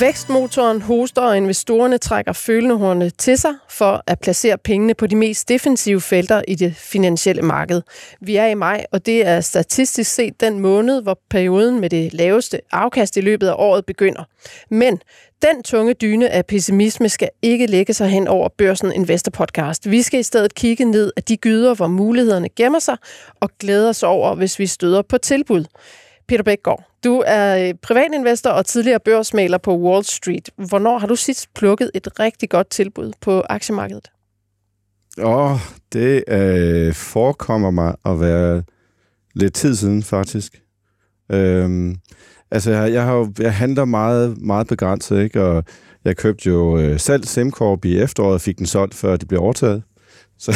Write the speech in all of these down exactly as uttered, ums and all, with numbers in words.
Vækstmotoren hoster, og investorerne trækker følehornene til sig for at placere pengene på de mest defensive felter i det finansielle marked. Vi er i maj, og det er statistisk set den måned, hvor perioden med det laveste afkast i løbet af året begynder. Men den tunge dyne af pessimisme skal ikke lægge sig hen over Børsen Investor Podcast. Vi skal i stedet kigge ned af de gyder, hvor mulighederne gemmer sig, og glæde os over, hvis vi støder på tilbud. Peter Bækgaard, du er privatinvestor og tidligere børsmægler på Wall Street. Hvornår har du sidst plukket et rigtig godt tilbud på aktiemarkedet? Åh, oh, det øh, forekommer mig at være lidt tid siden, faktisk. Øhm, altså, jeg, jeg, har jo, jeg handler meget, meget begrænset, ikke? Og jeg købte jo øh, selv SimCorp i efteråret og fik den solgt, før det blev overtaget. Så,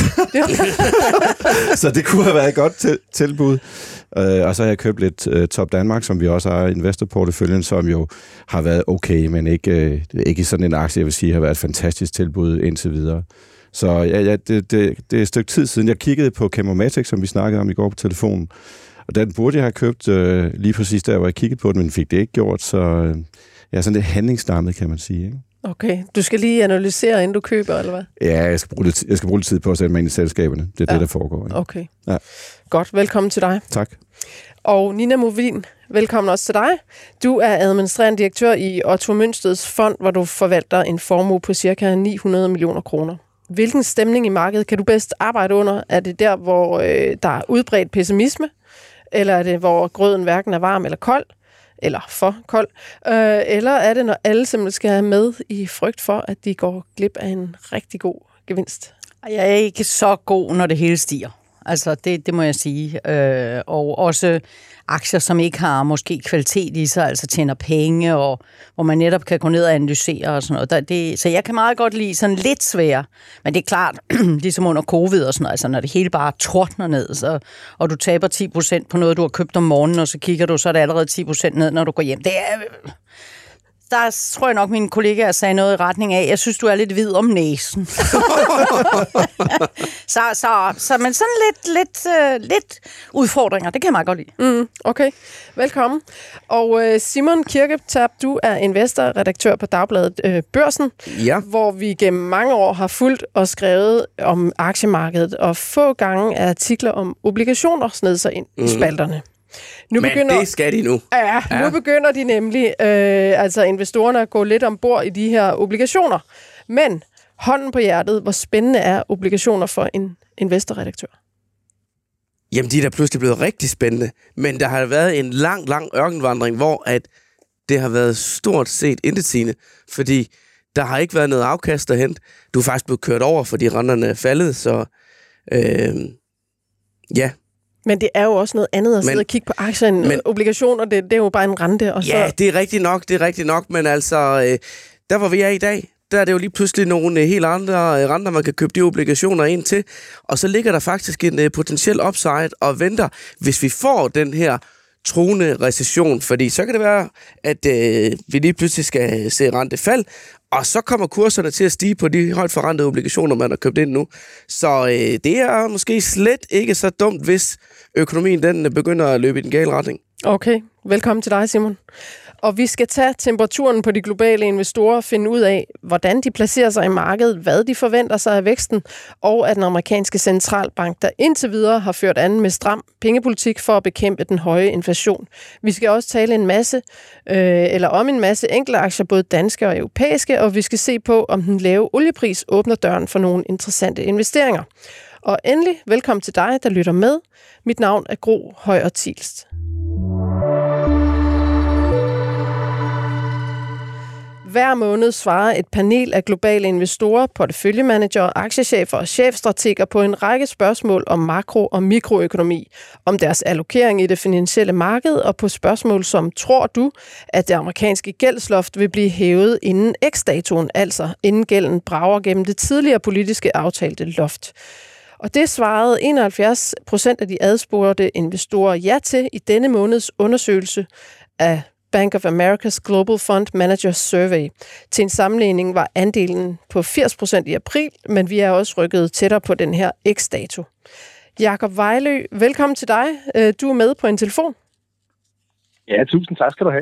så det kunne have været et godt til, tilbud. Uh, og så har jeg købt lidt uh, Top Danmark, som vi også har i investorporteføljen, som jo har været okay, men ikke, uh, ikke sådan en aktie, jeg vil sige, har været et fantastisk tilbud indtil videre. Så ja, ja, det, det, det er et stykke tid siden. Jeg kiggede på Chemomatic, som vi snakkede om i går på telefonen, og den burde jeg have købt uh, lige præcis der, hvor jeg kiggede på den, men fik det ikke gjort, så uh, jeg er sådan lidt handlingslammet, kan man sige, ikke? Okay, du skal lige analysere, inden du køber, eller hvad? Ja, jeg skal bruge lidt, jeg skal bruge lidt tid på at sætte mig ind i selskaberne. Det er ja. det, der foregår. Ikke? Okay. Ja. Godt, velkommen til dig. Tak. Og Nina Movin, velkommen også til dig. Du er administrerende direktør i Otto Mønsteds fond, hvor du forvalter en formue på ca. ni hundrede millioner kroner. Hvilken stemning i markedet kan du bedst arbejde under? Er det der, hvor øh, der er udbredt pessimisme? Eller er det, hvor grøden hverken er varm eller kold? Eller for kold, øh, eller er det, når alle simpelthen skal have med i frygt for, at de går glip af en rigtig god gevinst? Jeg er ikke så god, når det hele stiger. Altså, det, det må jeg sige. Øh, og også aktier, som ikke har måske kvalitet i sig, altså tjener penge, og hvor man netop kan gå ned og analysere og sådan noget. Der, det, så jeg kan meget godt lide sådan lidt svære, men det er klart, ligesom under covid og sådan noget, altså når det hele bare tordner ned, så, og du taber ti procent på noget, du har købt om morgenen, og så kigger du, så er det allerede ti procent ned, når du går hjem. Det er... Der tror jeg nok, mine kollegaer sagde noget i retning af, jeg synes, du er lidt hvid om næsen. så, så, så, men sådan lidt, lidt, uh, lidt udfordringer, det kan jeg meget godt lide. Mm, okay, velkommen. Og uh, Simon Kirketab, du er investorredaktør på Dagbladet uh, Børsen, ja. hvor vi gennem mange år har fulgt og skrevet om aktiemarkedet, og få gange er artikler om obligationer sned sig ind mm. i spalterne. Nu Men begynder, det skal de nu. Ja, ja, nu begynder de nemlig, øh, altså investorerne, at gå lidt ombord i de her obligationer. Men hånden på hjertet, hvor spændende er obligationer for en investorredaktør? Jamen, de er da pludselig blevet rigtig spændende. Men der har været en lang, lang ørkenvandring, hvor at det har været stort set intetsigende. Fordi der har ikke været noget afkast at hente. Du er faktisk blevet kørt over, fordi renterne er faldet, så øh, ja... Men det er jo også noget andet at sidde men, og kigge på aktier end men, obligationer. Det, det er jo bare en rente. Og så... Ja, det er rigtigt nok, det er rigtigt nok. Men altså, øh, der hvor vi er i dag, der er det jo lige pludselig nogle helt andre øh, renter, man kan købe de obligationer ind til. Og så ligger der faktisk en øh, potentiel upside og venter, hvis vi får den her truende recession. Fordi så kan det være, at øh, vi lige pludselig skal se rentefald, og så kommer kurserne til at stige på de højt forrentede obligationer, man har købt ind nu. Så øh, det er måske slet ikke så dumt, hvis økonomien den begynder at løbe i den gale retning. Okay, velkommen til dig, Simon. Og vi skal tage temperaturen på de globale investorer og finde ud af, hvordan de placerer sig i markedet, hvad de forventer sig af væksten, og at den amerikanske centralbank, der indtil videre har ført an med stram pengepolitik for at bekæmpe den høje inflation. Vi skal også tale en masse, øh, eller om en masse enkelte aktier, både danske og europæiske, og vi skal se på, om den lave oliepris åbner døren for nogle interessante investeringer. Og endelig, velkommen til dig, der lytter med. Mit navn er Gro Højer Thielst. Hver måned svarer et panel af globale investorer, porteføljemanager, aktiechefer og chefstrateger på en række spørgsmål om makro- og mikroøkonomi, om deres allokering i det finansielle marked og på spørgsmål som, tror du, at det amerikanske gældsloft vil blive hævet inden X-datoen, altså inden gælden brager gennem det tidligere politiske aftalte loft? Og det svarede enoghalvfjerds procent af de adspurgte investorer ja til i denne måneds undersøgelse af Bank of America's Global Fund Managers Survey. Til en sammenligning var andelen på firs procent i april, men vi er også rykket tættere på den her X-dato. Jakob Vejlø, velkommen til dig. Du er med på en telefon. Ja, tusind tak skal du have.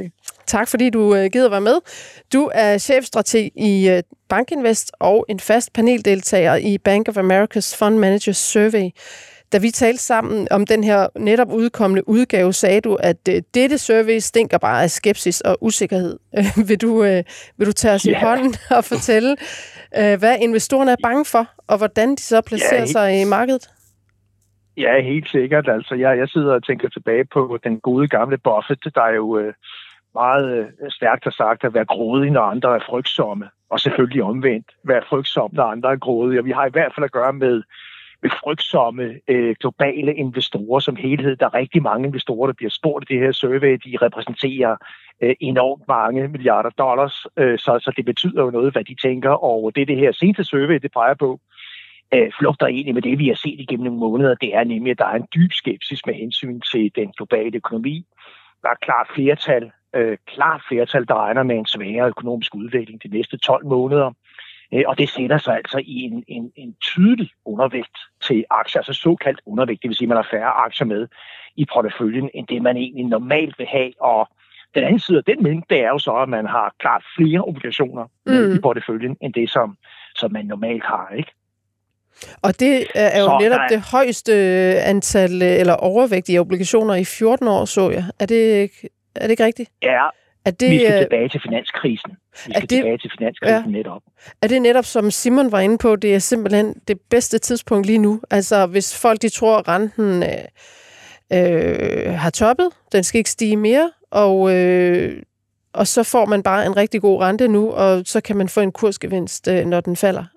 Tak fordi du uh, gider være med. Du er chefstrateg i uh, BankInvest og en fast paneldeltager i Bank of America's Fund Managers Survey. Da vi talte sammen om den her netop udkommende udgave, sagde du, at uh, dette survey stinker bare af skepsis og usikkerhed. Uh, vil, du, uh, vil du tage os yeah. i hånden og fortælle, uh, hvad investorerne er bange for, og hvordan de så placerer yeah. sig i markedet? Ja, helt sikkert. Altså, jeg, jeg sidder og tænker tilbage på den gode gamle Buffett, der er jo øh, meget øh, stærkt har sagt at være grådig, når andre er frygtsomme. Og selvfølgelig omvendt, være frygtsom, når andre er grådige. Og vi har i hvert fald at gøre med, med frygtsomme øh, globale investorer som helhed. Der er rigtig mange investorer, der bliver spurgt i det her survey. De repræsenterer øh, enormt mange milliarder dollars, øh, så, så det betyder jo noget, hvad de tænker. Og det det her seneste survey, det peger på, Øh, flugter egentlig med det, vi har set igennem nogle måneder. Det er nemlig, at der er en dyb skepsis med hensyn til den globale økonomi. Der er klart flertal, øh, klart flertal, der regner med en svagere økonomisk udvikling de næste tolv måneder. Øh, og det sætter sig altså i en, en, en tydelig undervægt til aktier, altså såkaldt undervægt, det vil sige, at man har færre aktier med i porteføljen, end det man egentlig normalt vil have. Og den anden side af den mønt, det er jo så, at man har klart flere obligationer mm. i porteføljen, end det, som, som man normalt har, ikke? Og det er jo så, netop nej. det højeste antal eller overvægtige obligationer i fjorten år, så jeg. Er det, er det ikke rigtigt? Ja, er det, vi skal tilbage til finanskrisen. Vi skal det, tilbage til finanskrisen ja. netop. Er det netop, som Simon var inde på, det er simpelthen det bedste tidspunkt lige nu? Altså, hvis folk de tror, at renten øh, har toppet, den skal ikke stige mere, og, øh, og så får man bare en rigtig god rente nu, og så kan man få en kursgevinst, øh, når den falder.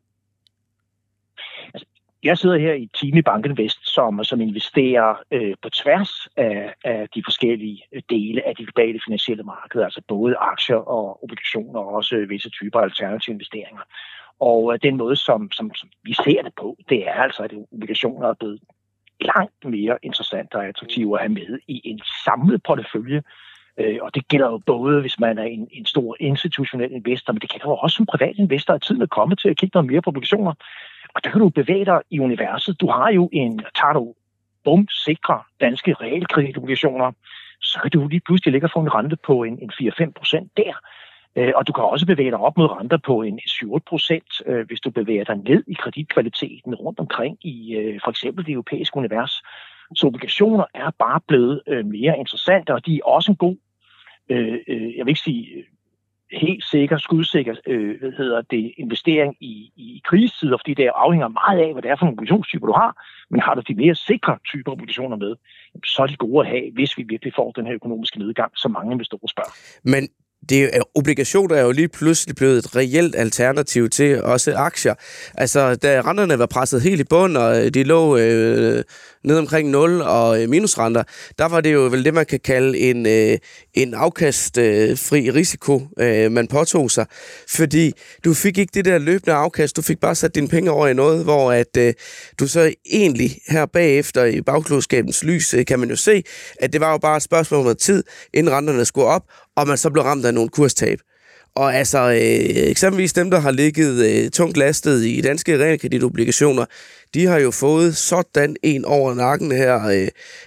Jeg sidder her i et team i BankInvest, som, som investerer øh, på tværs af, af de forskellige dele af de globale finansielle markeder, altså både aktier og obligationer og også visse typer af alternative investeringer. Og øh, den måde, som, som, som vi ser det på, det er altså, at obligationer er blevet langt mere interessante og attraktive at have med i en samlet portefølje. Øh, og det gælder jo både, hvis man er en, en stor institutionel investor, men det gælder jo også som privat investor, at tiden er kommet til at kigge noget mere på obligationer. Og der kan du bevæge dig i universet. Du har jo en, tager du bum, sikre danske realkreditobligationer, så kan du lige pludselig ligge og få en rente på en, en fire til fem procent der. Øh, og du kan også bevæge dig op mod renter på en syv otte procent, øh, hvis du bevæger dig ned i kreditkvaliteten rundt omkring i øh, for eksempel det europæiske univers. Så obligationer er bare blevet øh, mere interessante, og de er også en god, øh, øh, jeg vil ikke sige helt sikker, skudsikker øh, hvad hedder det, investering i, i krisetider, fordi det afhænger meget af, hvad det er for nogle obligationstyper, du har. Men har du de mere sikre typer obligationer med, så er de gode at have, hvis vi virkelig får den her økonomiske nedgang, som mange investorer spørger. Men det er, obligationer er jo lige pludselig blevet et reelt alternativ til også aktier. Altså, da renterne var presset helt i bund, og de lå øh, ned omkring nul og øh, minusrenter, der var det jo vel det, man kan kalde en, øh, en afkastfri øh, risiko, øh, man påtog sig. Fordi du fik ikke det der løbende afkast, du fik bare sat dine penge over i noget, hvor at øh, du så egentlig her bagefter i bagklodskabens lys, øh, kan man jo se, at det var jo bare et spørgsmål om tid, inden renterne skulle op, og man så blev ramt af nogle kurstab. Og altså, øh, eksempelvis dem, der har ligget øh, tungt lastet i danske realkreditobligationer, de har jo fået sådan en over nakken her, øh,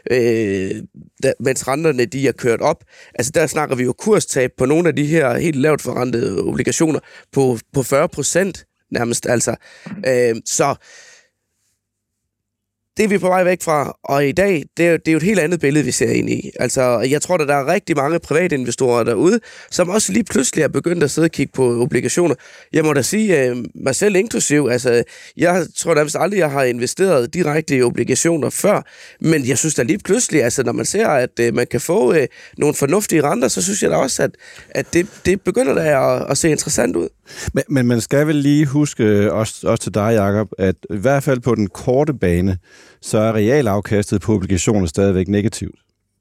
øh, der, mens renterne de er kørt op. Altså, der snakker vi jo kurstab på nogle af de her helt lavt forrentede obligationer på, på fyrre procent nærmest. Altså. Øh, så det er vi på vej væk fra, og i dag, det er, det er jo et helt andet billede, vi ser ind i. Altså, jeg tror, at der er rigtig mange private investorer derude, som også lige pludselig er begyndt at sidde og kigge på obligationer. Jeg må da sige, mig selv inklusiv, altså, jeg tror da vist aldrig, jeg har investeret direkte i obligationer før, men jeg synes da lige pludselig, altså, når man ser, at man kan få øh, nogle fornuftige renter, så synes jeg da også, at, at det, det begynder da at, at se interessant ud. Men, men man skal vel lige huske, også, også til dig, Jacob, at i hvert fald på den korte bane, så er realafkastet på obligationer stadigvæk negativt.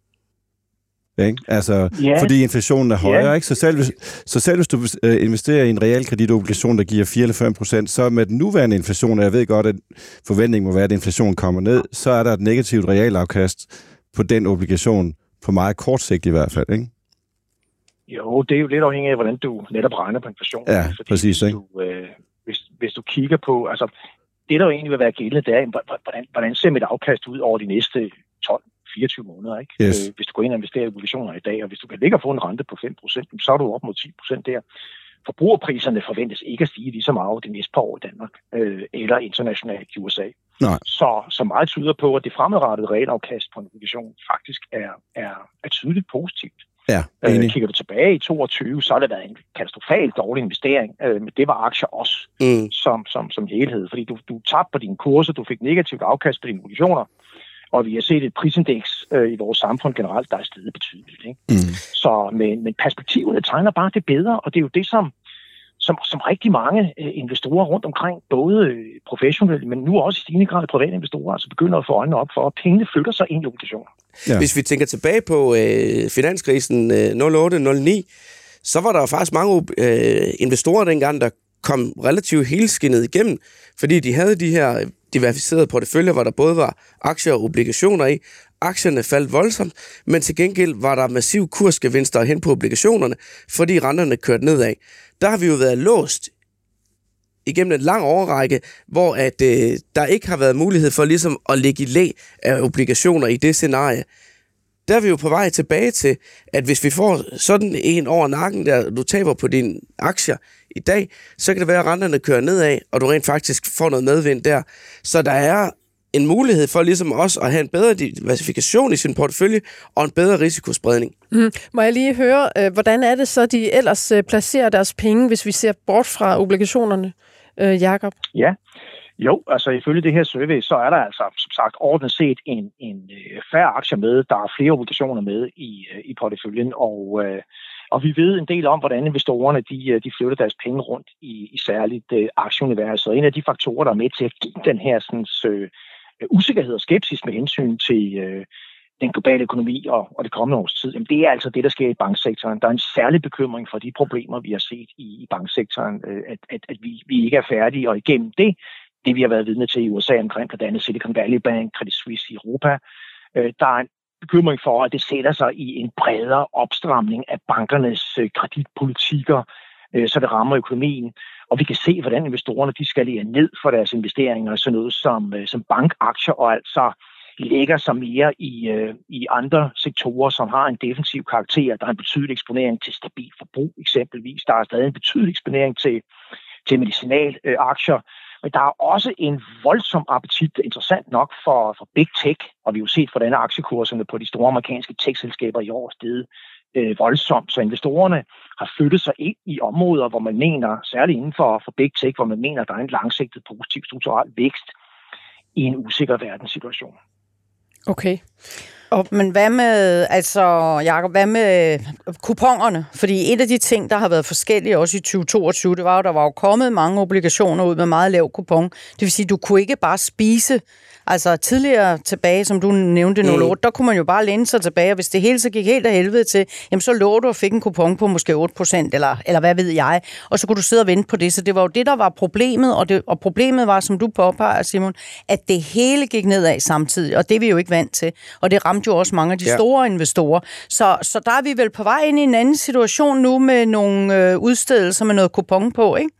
Ikke? Altså, yeah. fordi inflationen er højere, yeah. ikke? Så selv, hvis, så selv hvis du investerer i en realkreditobligation, der giver fire eller fem procent, så med den nuværende inflation, og jeg ved godt, at forventningen må være, at inflationen kommer ned, så er der et negativt realafkast på den obligation, på meget kort sigt i hvert fald, ikke? Jo, det er jo lidt afhængigt af, hvordan du netop regner på inflationen. Ja, præcis, hvis du, øh, hvis, hvis du kigger på, altså, det der jo egentlig vil være gældende, det er, hvordan, hvordan ser mit afkast ud over de næste tolv fireogtyve måneder. Ikke? Yes. Øh, hvis du går ind og investerer i obligationer i dag, og hvis du kan ligge og få en rente på fem procent, så er du op mod ti procent der. Forbrugerpriserne forventes ikke at stige lige så meget det næste par år i Danmark, øh, eller internationalt i U S A. Nej. Så, så meget tyder på, at det fremadrettede realafkast på en obligation faktisk er, er, er tydeligt positivt. Ja, øh, kigger du tilbage i toogtyve, så har det været en katastrofalt dårlig investering, øh, men det var aktier også mm. som, som, som helhed, fordi du, du tabte på dine kurser, du fik negativt afkast på dine obligationer, og vi har set et prisindeks øh, i vores samfund generelt, der er steget betydeligt. Ikke? Mm. Så, men, men perspektiverne tegner bare det bedre, og det er jo det, som, som, som rigtig mange øh, investorer rundt omkring, både øh, professionelle, men nu også i stigende grad private investorer, altså begynder at få øjnene op for, at pengene flytter sig ind i obligationer. Ja. Hvis vi tænker tilbage på øh, finanskrisen øh, nul otte nul ni, så var der faktisk mange øh, investorer dengang, der kom relativt helskindet igennem, fordi de havde de her diversificerede porteføljer, hvor der både var aktier og obligationer i. Aktierne faldt voldsomt, men til gengæld var der massiv kursgevinster hen på obligationerne, fordi renterne kørte nedad. Der har vi jo været låst igennem en lang årrække, hvor at, øh, der ikke har været mulighed for ligesom at lægge i læ af obligationer i det scenarie. Der er vi jo på vej tilbage til, at hvis vi får sådan en over nakken, der du taber på dine aktier i dag, så kan det være, at renterne kører nedad, og du rent faktisk får noget medvind der. Så der er en mulighed for ligesom også at have en bedre diversifikation i sin portefølje og en bedre risikospredning. Mm. Må jeg lige høre, øh, hvordan er det så, de ellers øh, placerer deres penge, hvis vi ser bort fra obligationerne, øh, Jakob? Ja, jo, altså ifølge det her survey, så er der altså som sagt ordentligt set en, en øh, færre aktier med, der er flere obligationer med i, øh, i porteføljen, og, øh, og vi ved en del om, hvordan investorerne de, de flytter deres penge rundt i, i særligt øh, aktieuniverset. En af de faktorer, der er med til at give den her sådan, øh, usikkerhed og skepsis med hensyn til øh, den globale økonomi og, og det kommende års tid, jamen det er altså det, der sker i banksektoren. Der er en særlig bekymring for de problemer, vi har set i, i banksektoren, øh, at, at, at vi, vi ikke er færdige, og igennem det, det vi har været vidne til i U S A omkring blandt andet Silicon Valley Bank, Credit Suisse i Europa, øh, der er en bekymring for, at det sætter sig i en bredere opstramning af bankernes øh, kreditpolitikker, øh, så det rammer økonomien. Og vi kan se, hvordan investorerne de skalerer ned for deres investeringer, sådan noget som, øh, som bankaktier, og altså lægger sig mere i, øh, i andre sektorer, som har en defensiv karakter. Der er en betydelig eksponering til stabil forbrug eksempelvis. Der er stadig en betydelig eksponering til, til medicinalaktier. Øh, Men der er også en voldsom appetit, interessant nok, for, for big tech. Og vi har jo set, hvordan aktiekurserne på de store amerikanske tech-selskaber i år er steget øh, voldsomt. Så investorerne har flyttet sig ind i områder, hvor man mener, særligt inden for, for big tech, hvor man mener, der er en langsigtet positiv strukturel vækst i en usikker verdenssituation. Okay. Og, men hvad med, altså, Jakob, hvad med kuponerne? Fordi en af de ting, der har været forskellige også i tyve toogtyve, det var jo, der var jo kommet mange obligationer ud med meget lav kupon. Det vil sige, du kunne ikke bare spise. Altså tidligere tilbage, som du nævnte, nul otte, mm. der kunne man jo bare læne sig tilbage, og hvis det hele så gik helt af helvede til, jamen så lå du og fik en kupon på måske otte procent, eller, eller hvad ved jeg, og så kunne du sidde og vente på det. Så det var jo det, der var problemet, og, det, og problemet var, som du påpeger, Simon, at det hele gik nedad samtidig, og det er vi jo ikke vant til. Og det ramte jo også mange af de ja. store investorer. Så, så der er vi vel på vej ind i en anden situation nu med nogle øh, udstedelser med noget kupon på, ikke?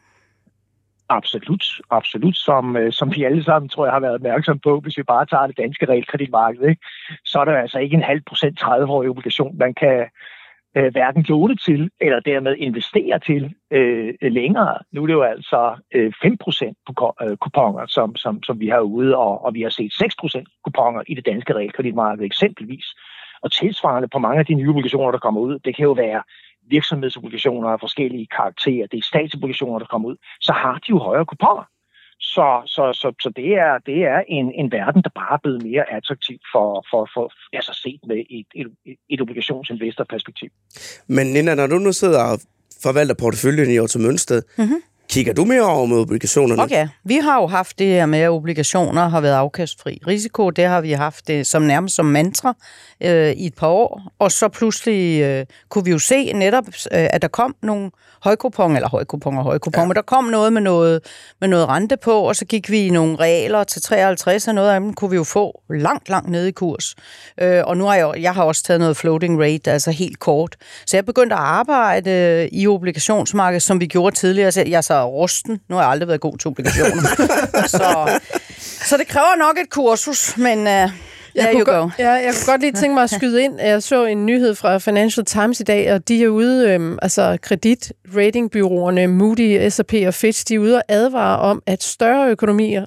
Absolut, absolut, som, som vi alle sammen, tror jeg, har været opmærksom på, hvis vi bare tager det danske realkreditmarked, ikke? Så er der altså ikke en halv procent tredive-årig obligation, man kan øh, hverken låne til, eller dermed investere til øh, længere. Nu er det jo altså øh, fem procent kuponer, som, som, som vi har ude, og, og vi har set seks procent kuponer i det danske realkreditmarked eksempelvis. Og tilsvarende på mange af de nye obligationer, der kommer ud, det kan jo være virksomhedsobligationer af forskellige karakterer, det er statsobligationer, der kommer ud, så har de jo højere kuponer. Så, så, så, så det er, det er en, en verden, der bare er blevet mere attraktiv for, for, for altså set med et, et, et obligationsinvestorperspektiv. Men Nina, når du nu sidder og forvalter porteføljen i Otto Mønsted, mm-hmm. kigger du mere over med obligationerne? Okay, vi har jo haft det her med, at obligationer har været afkastfri risiko. Det har vi haft det som nærmest som mantra øh, i et par år. Og så pludselig øh, kunne vi jo se netop, øh, at der kom nogle højkuponer, eller højkuponer, højkuponer, ja. men der kom noget med, noget med noget rente på, og så gik vi i nogle realer til treoghalvtreds, og noget af dem kunne vi jo få langt, langt nede i kurs. Øh, og nu har jeg, jeg har også taget noget floating rate, altså helt kort. Så jeg begyndte at arbejde øh, i obligationsmarkedet, som vi gjorde tidligere. Så jeg så rusten. Nu har jeg aldrig været god til obligationer. så, så det kræver nok et kursus, men... Uh... Jeg, There you kunne go. godt, ja, jeg kunne godt lige tænke mig at skyde ind. Jeg så en nyhed fra Financial Times i dag, og de er ude, øhm, altså kreditratingbyråerne Moody, S and P og Fitch, de er ude og advare om, at større økonomier,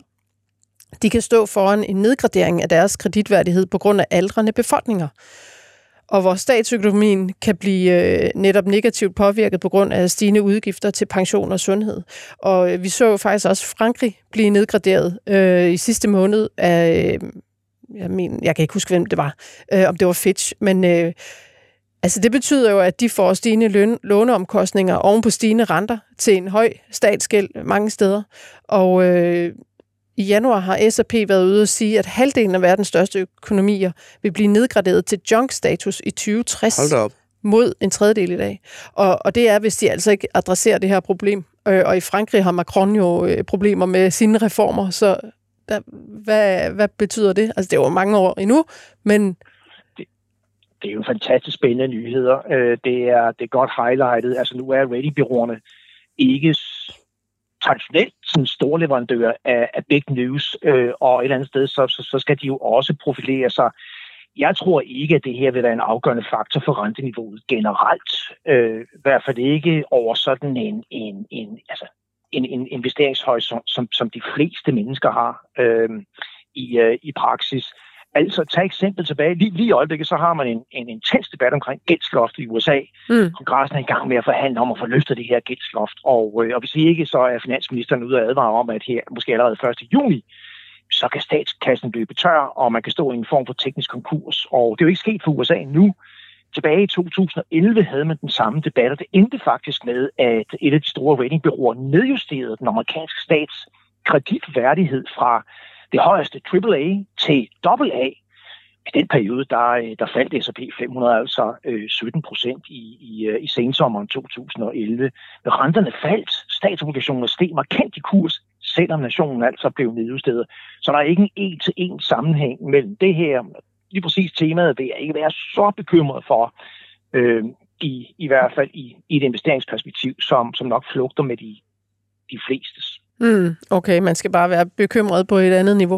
de kan stå foran en nedgradering af deres kreditværdighed på grund af aldrende befolkninger. Og hvor statsøkonomien kan blive øh, netop negativt påvirket på grund af stigende udgifter til pension og sundhed. Og øh, vi så jo faktisk også Frankrig blive nedgraderet øh, i sidste måned af, øh, jeg, mener, jeg kan ikke huske, hvem det var, øh, om det var Fitch, men øh, altså det betyder jo, at de får stigende løn, låneomkostninger oven på stigende renter til en høj statsgæld mange steder. Og øh, i januar har S and P været ude og sige, at halvdelen af verdens største økonomier vil blive nedgraderet til junk-status i tyve tres mod en tredjedel i dag. Og, og det er, hvis de altså ikke adresserer det her problem. Og i Frankrig har Macron jo problemer med sine reformer, så der, hvad, hvad betyder det? Altså, det er jo mange år endnu, men... Det, det er jo fantastisk spændende nyheder. Det er, det er godt highlightet. Altså, nu er ratingbureauerne ikke traditionelt sådan store leverandører af, af big news, øh, og et eller andet sted, så, så, så skal de jo også profilere sig. Jeg tror ikke, at det her vil være en afgørende faktor for renteniveauet generelt. Øh, I hvert fald ikke over sådan en, en, en, altså en, en investeringshorisont, som, som de fleste mennesker har øh, i, øh, i praksis. Altså, tag eksempel tilbage. Lige, lige i øjeblikket, så har man en, en intens debat omkring gældsloft i U S A. Mm. Kongressen er i gang med at forhandle om at få løftet det her gældsloft. Og, øh, og hvis ikke, så er finansministeren ude at advare om, at her, måske allerede første juni, så kan statskassen løbe tør, og man kan stå i en form for teknisk konkurs. Og det er jo ikke sket for U S A nu. Tilbage i to tusind og elleve havde man den samme debat, og det endte faktisk med, at et af de store ratingbureauer nedjusterede den amerikanske stats kreditværdighed fra det højeste triple A til double A. I den periode, der, der faldt S and P fem hundrede altså øh, sytten procent i, i, i sensommeren to tusind og elleve. Renterne faldt, statsobligationer steg markant i kurs, selvom nationen altså blev nedjusteret. Så der er ikke en en-til-en sammenhæng mellem det her. Lige præcis temaet vil jeg ikke være så bekymret for, øh, i, i hvert fald i, i et investeringsperspektiv, som, som nok flugter med de, de flestes. Mm, okay, man skal bare være bekymret på et andet niveau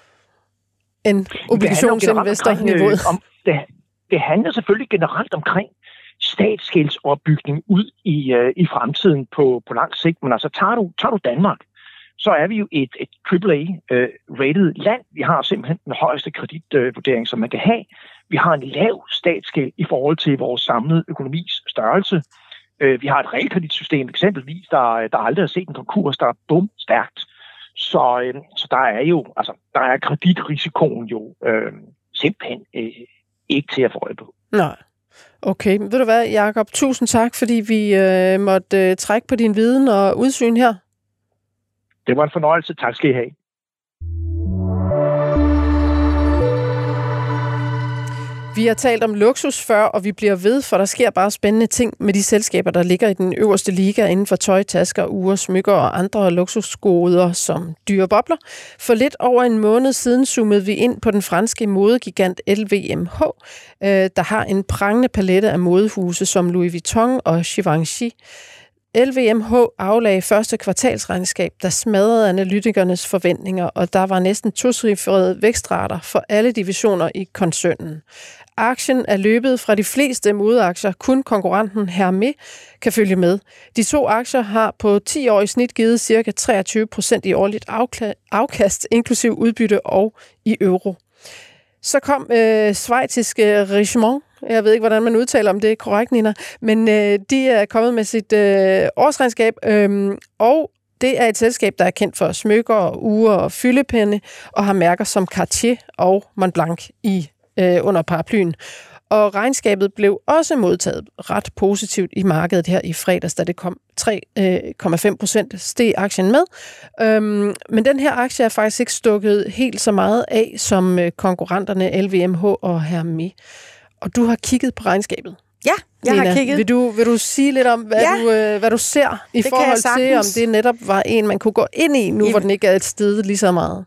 end obligationsinvestorniveauet. Om, det, det handler selvfølgelig generelt omkring statsgældsopbygning ud i, uh, i fremtiden på, på lang sigt. Men altså, tager du, tager du Danmark, så er vi jo et, et triple A-rated uh, land. Vi har simpelthen den højeste kreditvurdering, uh, som man kan have. Vi har en lav statsgæld i forhold til vores samlede økonomis størrelse. Uh, vi har et realkreditsystem eksempelvis, der, der aldrig har set en konkurs, der er bum stærkt. Så, øh, så der er jo, altså, der er kreditrisikoen jo øh, simpelthen øh, ikke til at få øje på. Nej. Okay, ved du hvad, Jakob, tusind tak, fordi vi øh, måtte øh, trække på din viden og udsyn her. Det var en fornøjelse. Tak skal I have. Vi har talt om luksus før, og vi bliver ved, for der sker bare spændende ting med de selskaber, der ligger i den øverste liga inden for tøj, tasker, ure, smykker og andre luksusgoder som dyre bobler. For lidt over en måned siden zoomede vi ind på den franske modegigant L V M H, der har en prangende palette af modehuse som Louis Vuitton og Givenchy. L V M H aflagde første kvartalsregnskab, der smadrede analytikernes forventninger, og der var næsten tocifrede vækstrater for alle divisioner i koncernen. Aktien er løbet fra de fleste modeaktier, kun konkurrenten Hermès kan følge med. De to aktier har på ti år i snit givet ca. treogtyve procent i årligt afkast, inklusiv udbytte og i euro. Så kom øh, schweiziske Richemont. Jeg ved ikke, hvordan man udtaler, om det er korrekt, Nina. Men øh, de er kommet med sit øh, årsregnskab, øh, og det er et selskab, der er kendt for smykker og ure og fyldepenne, og har mærker som Cartier og Montblanc i, øh, under paraplyen. Og regnskabet blev også modtaget ret positivt i markedet her i fredags, da det kom tre komma fem procent steg aktien med. Øhm, men den her aktie er faktisk ikke stukket helt så meget af som konkurrenterne L V M H og Hermès. Og du har kigget på regnskabet. Ja, jeg Nina, har kigget. Vil du, vil du sige lidt om, hvad, ja, du, øh, hvad du ser i forhold til, om det netop var en, man kunne gå ind i, nu I... hvor den ikke er et sted lige så meget?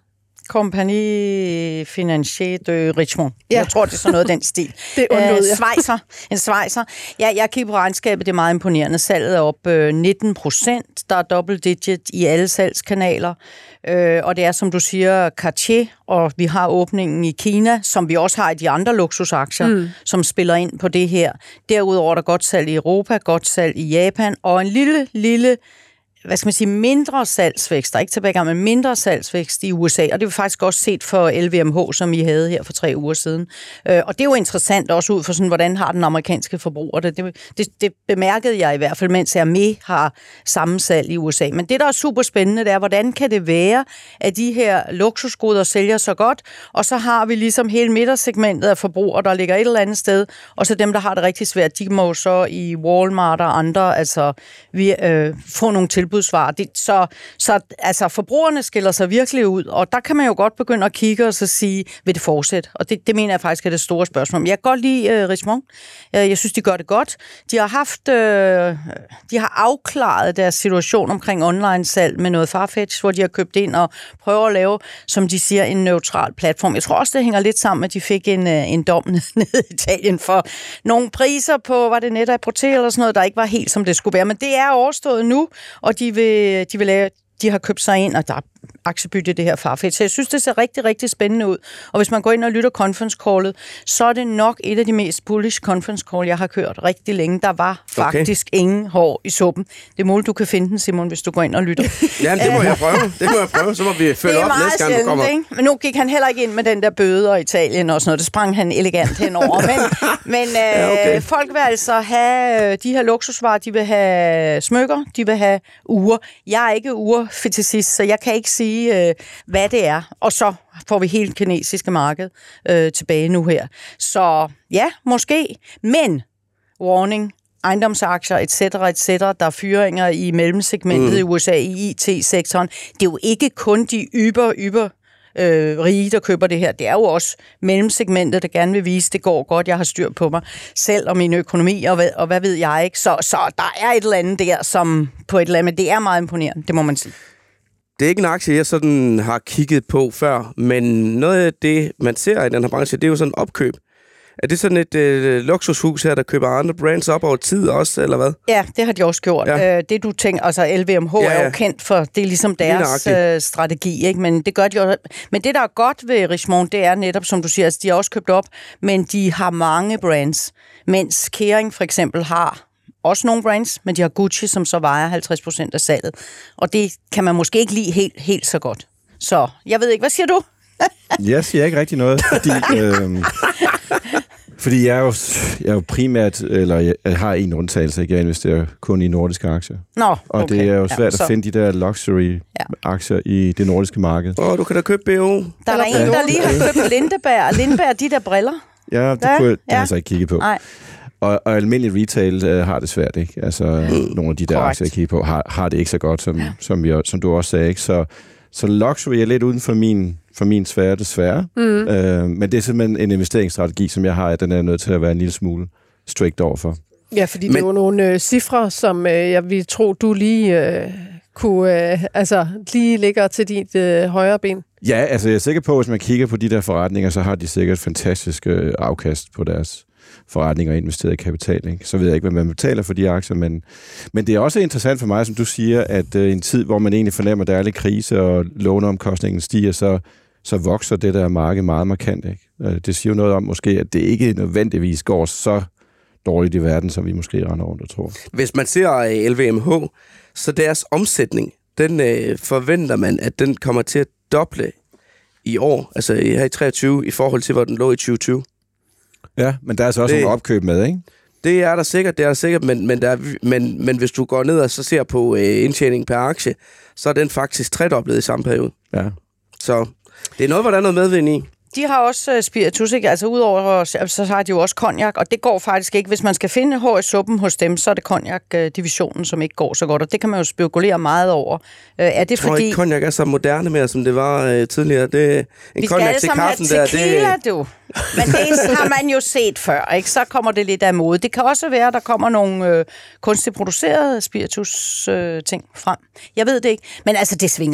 Compagnie Financière de Richemont. Ja. Jeg tror, det er sådan noget af den stil. Det undlod jeg. Uh, Schweizer. En Schweizer. Ja, jeg kigger på regnskabet, det er meget imponerende. Salget er op uh, nitten procent. Der er double digit i alle salgskanaler. Uh, og det er, som du siger, Cartier, og vi har åbningen i Kina, som vi også har i de andre luksusaktier, mm. som spiller ind på det her. Derudover er der godt salg i Europa, godt salg i Japan, og en lille, lille hvad skal man sige, mindre salgsvækst, der er ikke tilbage, men mindre salgsvækst i U S A, og det har vi faktisk også set for L V M H, som I havde her for tre uger siden. Øh, og det er jo interessant også ud for sådan, hvordan har den amerikanske forbruger det. Det, det, det bemærkede jeg i hvert fald, mens Hermès har samme salg i U S A. Men det, der er super spændende, det er, hvordan kan det være, at de her luksusgoder sælger så godt, og så har vi ligesom hele midtersegmentet af forbrugere, der ligger et eller andet sted, og så dem, der har det rigtig svært, de må jo så i Walmart og andre, altså vi øh, få nogle tilbud. Det, så, så altså, forbrugerne skiller sig virkelig ud, og der kan man jo godt begynde at kigge og så sige, vil det fortsætte? Og det, det mener jeg faktisk er det store spørgsmål. Men jeg kan godt lide uh, Richemont. Jeg, jeg synes, de gør det godt. De har haft, uh, de har afklaret deres situation omkring online-salg med noget Farfetch, hvor de har købt ind og prøver at lave, som de siger, en neutral platform. Jeg tror også, det hænger lidt sammen med, at de fik en, en dom nede i Italien for nogle priser på, var det net af Protea eller sådan noget, der ikke var helt, som det skulle være. Men det er overstået nu, og de vil, de vil lave, de har købt sig ind, og der er aktiebytte det her Farfetch. Så jeg synes, det ser rigtig, rigtig spændende ud. Og hvis man går ind og lytter conference callet, så er det nok et af de mest bullish conference call, jeg har kørt rigtig længe. Der var faktisk okay. ingen hår i suppen. Det er muligt, du kan finde den, Simon, hvis du går ind og lytter. Ja, det må jeg prøve. Det må jeg prøve, så må vi følge op næste gang, du kommer. Ikke? Men nu gik han heller ikke ind med den der bøde og Italien og sådan noget. Det sprang han elegant henover. Men, men øh, ja, okay. folk vil altså have de her luksusvarer, de vil have smykker, de vil have ure. Jeg er ikke urfetishist, så jeg kan ikke sige, øh, hvad det er. Og så får vi hele kinesiske marked øh, tilbage nu her. Så ja, måske. Men, warning, ejendomsaktier, et cetera, et cetera. Der er fyringer i mellemsegmentet mm. i U S A i I T-sektoren. Det er jo ikke kun de yber, yber øh, rige, der køber det her. Det er jo også mellemsegmentet, der gerne vil vise, det går godt, jeg har styr på mig selv og min økonomi, og hvad, og hvad ved jeg ikke. Så, så der er et eller andet der, som på et eller andet, det er meget imponerende, det må man sige. Det er ikke en aktie, jeg sådan har kigget på før, men noget af det, man ser i den her branche, det er jo sådan et opkøb. Er det sådan et øh, luksushus her, der køber andre brands op over tid også, eller hvad? Ja, det har de også gjort. Ja. Øh, det du tænker, altså L V M H ja, ja. er jo kendt for, det er ligesom deres øh, strategi, ikke? Men det gør de også. Men det, der er godt ved Richemont, det er netop, som du siger, altså, de har også købt op, men de har mange brands, mens Kering for eksempel har også nogle brands, men de har Gucci, som så vejer halvtreds procent af salget. Og det kan man måske ikke lide helt, helt så godt. Så jeg ved ikke, hvad siger du? Jeg siger ikke rigtig noget, fordi, øh, fordi jeg, er jo, jeg er jo primært, eller jeg, jeg har en undtagelse, ikke? Jeg investerer kun i nordiske aktier. Nå, okay. Og det er jo svært ja, så... at finde de der luxury-aktier ja. i det nordiske marked. Åh, oh, du kan da købe B O. Der er der en, der lige har købt Lindberg. Lindberg, de der briller. Ja, det ja? kunne jeg, ja. jeg så ikke kigge på. Nej. Og, og almindelig retail øh, har det svært, ikke? Altså, mm. nogle af de der Correct. aktier, jeg kigger på, har, har det ikke så godt, som, ja. som, vi, som du også sagde, ikke? Så, så luxury er lidt uden for min, for min sfære, desværre. Mm. Øh, men det er simpelthen en investeringsstrategi, som jeg har, at den er nødt til at være en lille smule strict overfor. Ja, fordi men... det er jo nogle øh, cifre, som øh, jeg vil tro, du lige øh, kunne, øh, altså lige ligger til dit øh, højre ben. Ja, altså jeg er sikker på, at hvis man kigger på de der forretninger, så har de sikkert fantastiske øh, afkast på deres forretninger og investeret i kapital. Ikke? Så ved jeg ikke, hvad man betaler for de aktier, men, men det er også interessant for mig, som du siger, at øh, i en tid, hvor man egentlig fornemmer, at der er lidt krise, og låneomkostningen stiger, så, så vokser det der marked meget markant. Ikke? Det siger jo noget om måske, at det ikke nødvendigvis går så dårligt i verden, som vi måske render rundt og tror. Hvis man ser L V M H, så deres omsætning, den øh, forventer man, at den kommer til at doble i år, altså her i treogtyve, i forhold til, hvor den lå i tyve tyve. Ja, men der er så også det, nogle opkøb med, ikke? Det er der sikkert, det er der sikkert, men, men, der er, men, men hvis du går ned og så ser på øh, indtjening per aktie, så er den faktisk tredoblet i samme periode. Ja. Så det er noget, hvor der er noget medvind i. De har også uh, spiritus, ikke? Altså udover, så har de jo også cognac, og det går faktisk ikke. Hvis man skal finde hår i suppen hos dem, så er det cognac-divisionen, som ikke går så godt, og det kan man jo spekulere meget over. Uh, er det jeg tror fordi... ikke, cognac er så moderne mere, som det var uh, tidligere. Det, en cognac til kaffen der, tequila, det... du. Men det har man jo set før, ikke? Så kommer det lidt af mode. Det kan også være, at der kommer nogle øh, kunstigt producerede spiritus-ting øh, frem. Jeg ved det ikke, men altså, det svinger.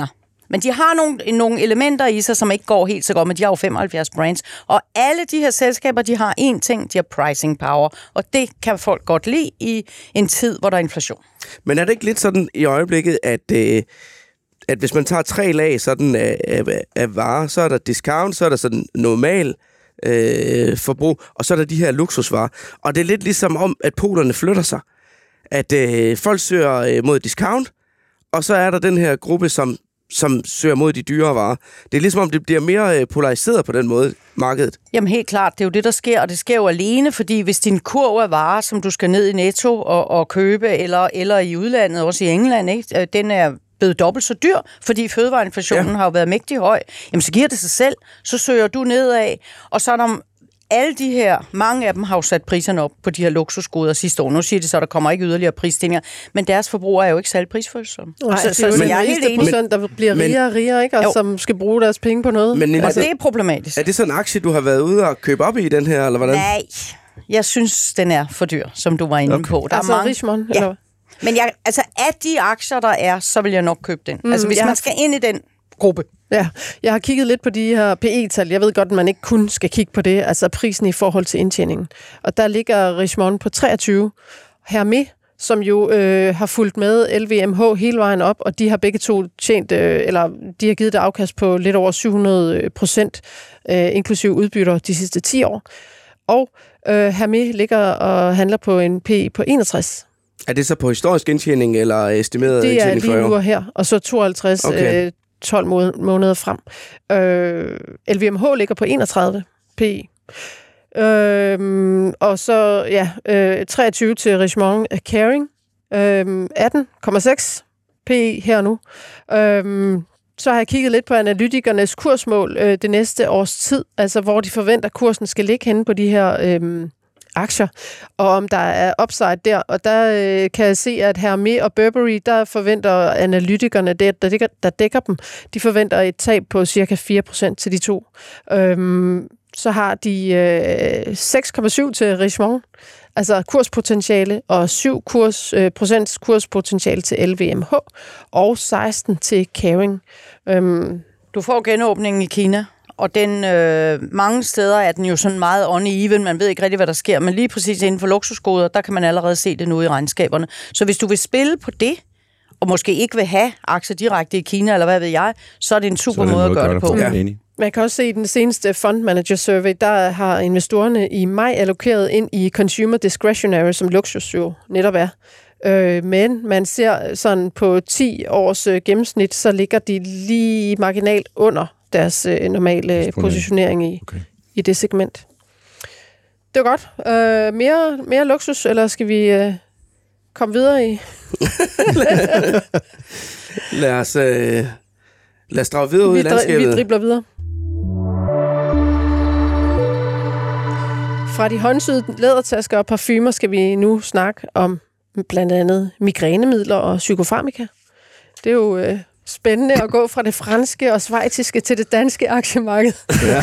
Men de har nogle, nogle elementer i sig, som ikke går helt så godt, men de har jo femoghalvfjerds brands. Og alle de her selskaber, de har én ting, de har pricing power. Og det kan folk godt lide i en tid, hvor der er inflation. Men er det ikke lidt sådan i øjeblikket, at, øh, at hvis man tager tre lag sådan af, af, af varer, så er der discount, så er der sådan normal øh, forbrug, og så er der de her luksusvarer. Og det er lidt ligesom om, at polerne flytter sig. At øh, folk søger øh, mod discount, og så er der den her gruppe, som som søger mod de dyre varer. Det er ligesom om, det bliver mere polariseret på den måde, markedet. Jamen helt klart, det er jo det, der sker, og det sker jo alene, fordi hvis din kurv af varer, som du skal ned i Netto og, og købe, eller, eller i udlandet, også i England, ikke, den er blevet dobbelt så dyr, fordi fødevareinflationen ja. har jo været mægtig høj, jamen så giver det sig selv, så søger du nedad, og så er der alle de her, mange af dem har jo sat priserne op på de her luksusgoder sidste år. Nu siger de så, at der kommer ikke yderligere prisstigninger, men deres forbrugere er jo ikke særlig prisfølsomme. Nej, så, så, så jeg er helt enig. Procent, der bliver rigere og rigere, ikke? Og jo. som skal bruge deres penge på noget. Men, altså, det er problematisk. Er det sådan en aktie, du har været ude og købe op i den her, eller hvordan? Nej, jeg synes, den er for dyr, som du var inde okay. på. Der altså er mange... Richemont, ja. eller? Men jeg, altså, af de aktier, der er, så vil jeg nok købe den. Mm, altså, hvis man skal ind i den gruppe. Ja, jeg har kigget lidt på de her P E-tal. Jeg ved godt, at man ikke kun skal kigge på det, altså prisen i forhold til indtjeningen. Og der ligger Richemont på treogtyve. Hermé, som jo øh, har fulgt med L V M H hele vejen op, og de har begge to tjent, øh, eller de har givet det afkast på lidt over syv hundrede procent, øh, inklusive udbytter de sidste ti år. Og øh, Hermé ligger og handler på en P E på enogtres. Er det så på historisk indtjening, eller estimeret det indtjening for år? Det er lige nu her, og så tooghalvtreds okay. øh, tolv måneder frem. Øh, L V M H ligger på enogtredive P E. Øh, og så ja, øh, treogtyve til Richemont Caring. Øh, atten komma seks P E her nu. Øh, så har jeg kigget lidt på analytikernes kursmål øh, det næste års tid, altså hvor de forventer, at kursen skal ligge henne på de her øh, aktier, og om der er upside der. Og der øh, kan jeg se, at Hermé og Burberry, der forventer analytikerne, der, der, dækker, der dækker dem, de forventer et tab på cirka fire procent til de to. Øhm, så har de øh, seks komma syv til Richemont, altså kurspotentiale, og syv kurs, øh, procents kurspotentiale til L V M H, og seksten til Caring. Øhm, du får genåbningen i Kina. Og den, øh, mange steder er den jo sådan meget uneven, man ved ikke rigtig, hvad der sker, men lige præcis inden for luksusgoder, der kan man allerede se det nu i regnskaberne. Så hvis du vil spille på det, og måske ikke vil have aktier direkte i Kina, eller hvad ved jeg, så er det en super måde at gøre det på. Ja. Man kan også se i den seneste Fund Manager Survey, der har investorerne i maj allokeret ind i Consumer Discretionary, som luksus jo netop er. Øh, men man ser sådan på ti års øh, gennemsnit, så ligger de lige marginalt under deres øh, normale positionering i, okay. i det segment. Det var godt. Øh, mere, mere luksus, eller skal vi øh, komme videre i? lad os øh, lad os drage videre ud vi i landskabet. Vi dribler videre. Fra de håndsyede lædertasker og parfumer skal vi nu snakke om blandt andet migrænemidler og psykofarmika. Det er jo øh, spændende at gå fra det franske og schweiziske til det danske aktiemarked. Ja.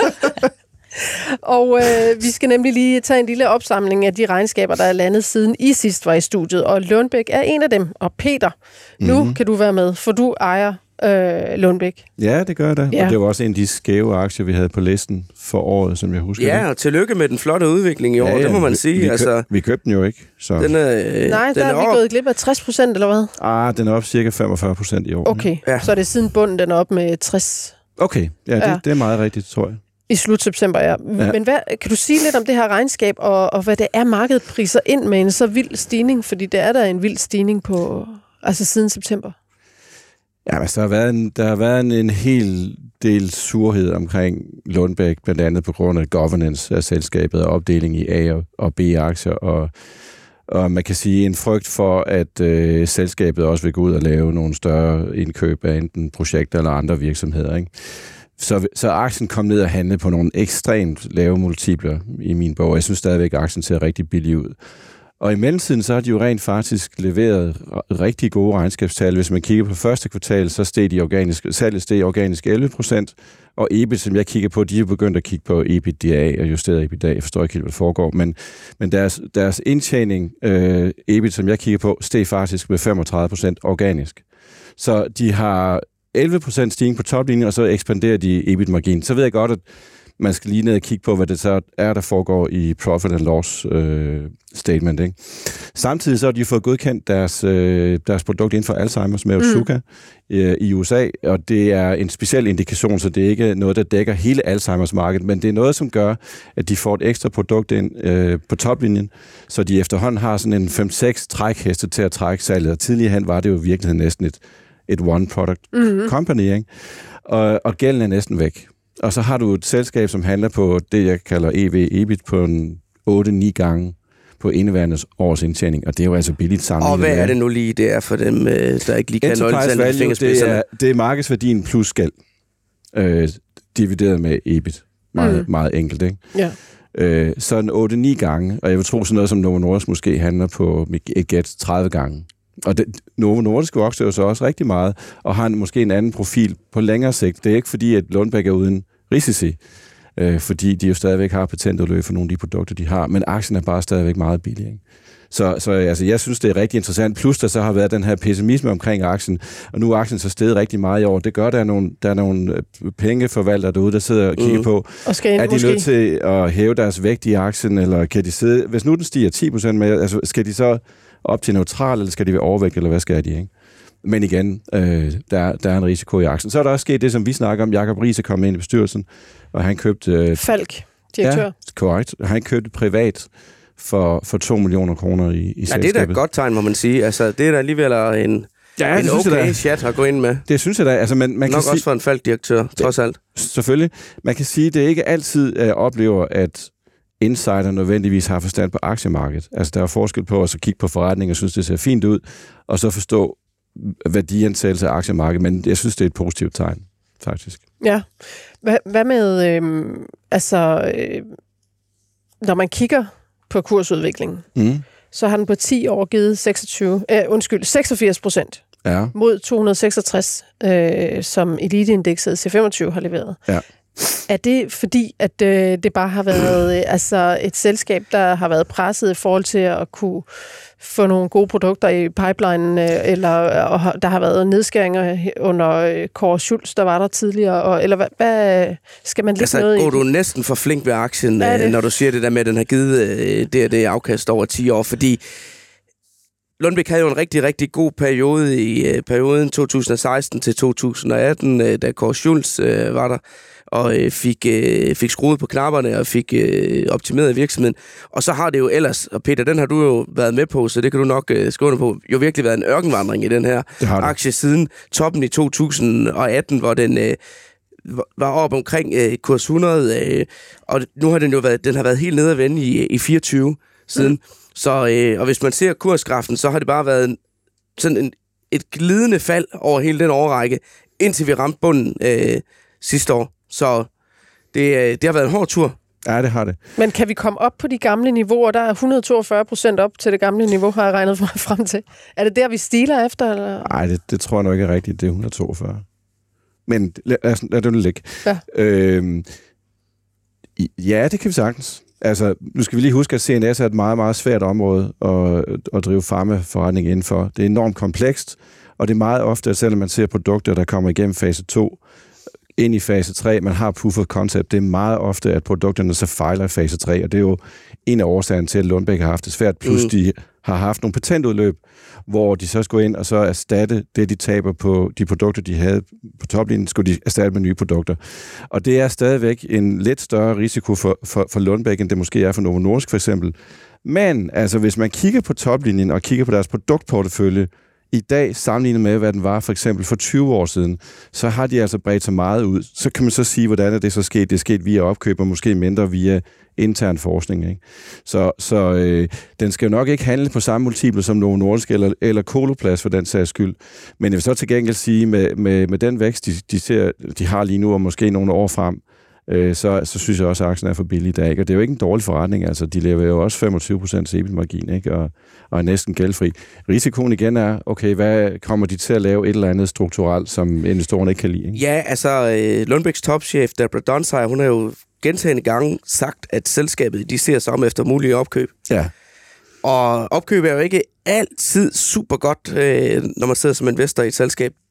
Og øh, vi skal nemlig lige tage en lille opsamling af de regnskaber, der er landet siden I sidst var i studiet. Og Lundbeck er en af dem. Og Peter, nu mm-hmm. kan du være med, for du ejer øh, Lundbeck. Ja, det gør jeg da. Ja. Og det var også en af de skæve aktier, vi havde på listen for året, som jeg husker. Ja, og tillykke med den flotte udvikling i år, ja, ja. Det må man sige. Vi, vi, altså, køb, vi købte den jo ikke. Så. Den er, øh, Nej, den der er, er vi gået glip af tres procent, eller hvad? Ah, den er op cirka femogfyrre procent i år. Okay, ja. Så er det siden bunden, den er op med tres. Okay, ja, det, ja. det er meget rigtigt, tror jeg. I slut september, ja. ja. Men hvad, kan du sige lidt om det her regnskab, og, og hvad det er, markedet priser ind med en så vild stigning? Fordi det er der en vild stigning på, altså siden september. Ja, altså, der har været en, der har været en, en hel del surhed omkring Lundbeck, blandt andet på grund af governance af selskabet og opdeling i A- og B-aktier, og, og man kan sige en frygt for, at øh, selskabet også vil gå ud og lave nogle større indkøb af enten projekter eller andre virksomheder, ikke? Så, så aktien kom ned og handle på nogle ekstremt lave multipler i min bog. Jeg synes stadigvæk, at aktien ser rigtig billig ud. Og i mellemtiden, så har de jo rent faktisk leveret rigtig gode regnskabstal. Hvis man kigger på første kvartal, så steg de organisk, salget steg organisk elleve procent, og E B I T, som jeg kigger på, de er begyndt at kigge på EBITDA og justeret EBITDA. Jeg forstår ikke helt, hvad der foregår, men, men deres, deres indtjening, øh, E B I T, som jeg kigger på, steg faktisk med femogtredive procent organisk. Så de har elleve procent stigning på toplinjen, og så ekspanderer de E B I T-margin. Så ved jeg godt, at man skal lige ned og kigge på, hvad det så er, der foregår i profit and loss øh, statement. Ikke? Samtidig så har de fået godkendt deres, øh, deres produkt inden for Alzheimer's med Otsuka mm. øh, i U S A, og det er en speciel indikation, så det er ikke noget, der dækker hele Alzheimer's-markedet, men det er noget, som gør, at de får et ekstra produkt ind øh, på toplinjen, så de efterhånden har sådan en fem seks trækheste til at trække salget, og tidligere hen var det jo i virkeligheden næsten et, et one-product mm-hmm. company, ikke? Og, og gælden er næsten væk. Og så har du et selskab, som handler på det, jeg kalder E V-E B I T på en otte ni gange på indeværende års indtjening, og det er jo altså billigt sammenlignet. Og hvad er det nu lige, det er for dem, der ikke lige kan nøgletal i fingerspidserne? Det er, det er markedsværdien plus gæld, øh, divideret med E B I T. Meget, mm. meget enkelt, ikke? Ja. Øh, så en otte ni gange, og jeg vil tro sådan noget som Novo Nordisk måske handler på et gæt tredive gange. Og det, Novo Nordisk vokser jo så også rigtig meget, og har en, måske en anden profil på længere sigt. Det er ikke fordi, at Lundbeck er uden risici, øh, fordi de jo stadigvæk har patentudløb for nogle af de produkter, de har, men aktien er bare stadigvæk meget billig. Ikke? Så, så altså, jeg synes, det er rigtig interessant. Plus, der så har været den her pessimisme omkring aktien, og nu er aktien så steget rigtig meget i år. Det gør, at der er nogle, der er nogle pengeforvaltere derude, der sidder og kigger mm. på, og skal er de måske nødt til at hæve deres vægt i aktien, eller kan de sidde, hvis nu den stiger ti procent med, altså, skal de så op til neutral, eller skal de være overvægt, eller hvad skal de, ikke? Men igen, øh, der, der er en risiko i aktien. Så er der også sket det, som vi snakker om. Jakob Riis er kommet ind i bestyrelsen, og han købte... Øh, Falk, direktør. Ja, korrekt. Han købte privat for, for to millioner kroner i, i ja, selskabet. Det er da et godt tegn, må man sige. Altså, det er da alligevel en, ja, en okay chat at gå ind med. Det synes jeg da. Altså, man, man Nok kan også for en Falk-direktør, trods alt. Selvfølgelig. Man kan sige, at det ikke altid uh, oplever, at insider nødvendigvis har forstand på aktiemarkedet. Altså, der er forskel på at så kigge på forretning og synes, det ser fint ud, og så forstå værdiansættelse af aktiemarkedet, men jeg synes, det er et positivt tegn, faktisk. Ja. Hvad, hvad med, øh, altså, øh, når man kigger på kursudviklingen, mm. så har den på ti år givet seksogtyve, øh, undskyld, seksogfirs procent ja. mod to hundrede og seksogtres, øh, som eliteindekset C femogtyve har leveret. Ja. Er det fordi, at øh, det bare har været øh, altså et selskab, der har været presset i forhold til at kunne få nogle gode produkter i pipelinen, øh, eller og der har været nedskæringer under øh, Kåre Schultz, der var der tidligere, og, eller hvad, hvad skal man lægge altså, noget i? Altså, går du næsten for flink ved aktien, øh, når du siger det der med, at den har givet øh, det og det afkast over ti år, fordi Lundbeck havde jo en rigtig, rigtig god periode i øh, perioden to tusind og seksten til to tusind og atten, øh, da Kåre Schultz øh, var der, og øh, fik, øh, fik skruet på knapperne og fik øh, optimeret virksomheden. Og så har det jo ellers, og Peter, den har du jo været med på, så det kan du nok øh, skrive på, jo virkelig været en ørkenvandring i den her aktie siden toppen i to tusind og atten, hvor den øh, var op omkring øh, kurs hundrede, øh, og nu har den jo været, den har været helt nede at vende i, i fireogtyve siden. Mm. Så, øh, og hvis man ser kurskraften, så har det bare været en, sådan en, et glidende fald over hele den årrække, indtil vi ramte bunden øh, sidste år. Så det, det har været en hård tur. Ja, det har det. Men kan vi komme op på de gamle niveauer? Der er et hundrede og toogfyrre procent op til det gamle niveau, har jeg regnet mig frem til. Er det der, vi stiler efter? Nej, det, det tror jeg nok ikke er rigtigt. Det er et hundrede og toogfyrre. Men lad, lad, lad det ligge. Ja. Øhm, ja, det kan vi sagtens. Altså, nu skal vi lige huske, at C N S er et meget, meget svært område at, at drive farmaforretning indenfor. Det er enormt komplekst, og det er meget ofte, at selvom man ser produkter, der kommer igennem fase to, ind i fase tre, man har proof of concept, det er meget ofte, at produkterne så fejler i fase tre, og det er jo en af årsagerne til, at Lundbeck har haft det svært, plus mm. de har haft nogle patentudløb, hvor de så skulle ind og så erstatte det, de taber på de produkter, de havde på toplinjen, skulle de erstatte med nye produkter. Og det er stadigvæk en lidt større risiko for, for, for Lundbeck, end det måske er for Novo Nordisk for eksempel. Men altså, hvis man kigger på toplinjen og kigger på deres produktportefølje, i dag, sammenlignet med, hvad den var for eksempel for tyve år siden, så har de altså bredt sig meget ud. Så kan man så sige, hvordan er det så sket? Det er sket via opkøb, og måske mindre via intern forskning. Ikke? Så, så øh, den skal jo nok ikke handle på samme multiple som Novo Nordisk eller, eller Coloplast for den sags skyld. Men jeg vil så til gengæld sige, med, med, med den vækst, de, de, ser, de har lige nu, og måske nogle år frem, øh, så, så synes jeg også, at aktien er for billig i dag. Ikke? Og det er jo ikke en dårlig forretning. Altså, de lever jo også femogtyve procent E B I T-margin, ikke? Og, og er næsten gældfri. Risikoen igen er, okay, hvad kommer de til at lave et eller andet strukturelt, som investorerne ikke kan lide? Ikke? Ja, altså, Lundbecks topchef, Deborah Dunsire, hun har jo gentagne gange sagt, at selskabet, de ser sig om efter mulige opkøb. Ja. Og opkøb er jo ikke altid super godt, øh, når man sidder som investor i et selskab.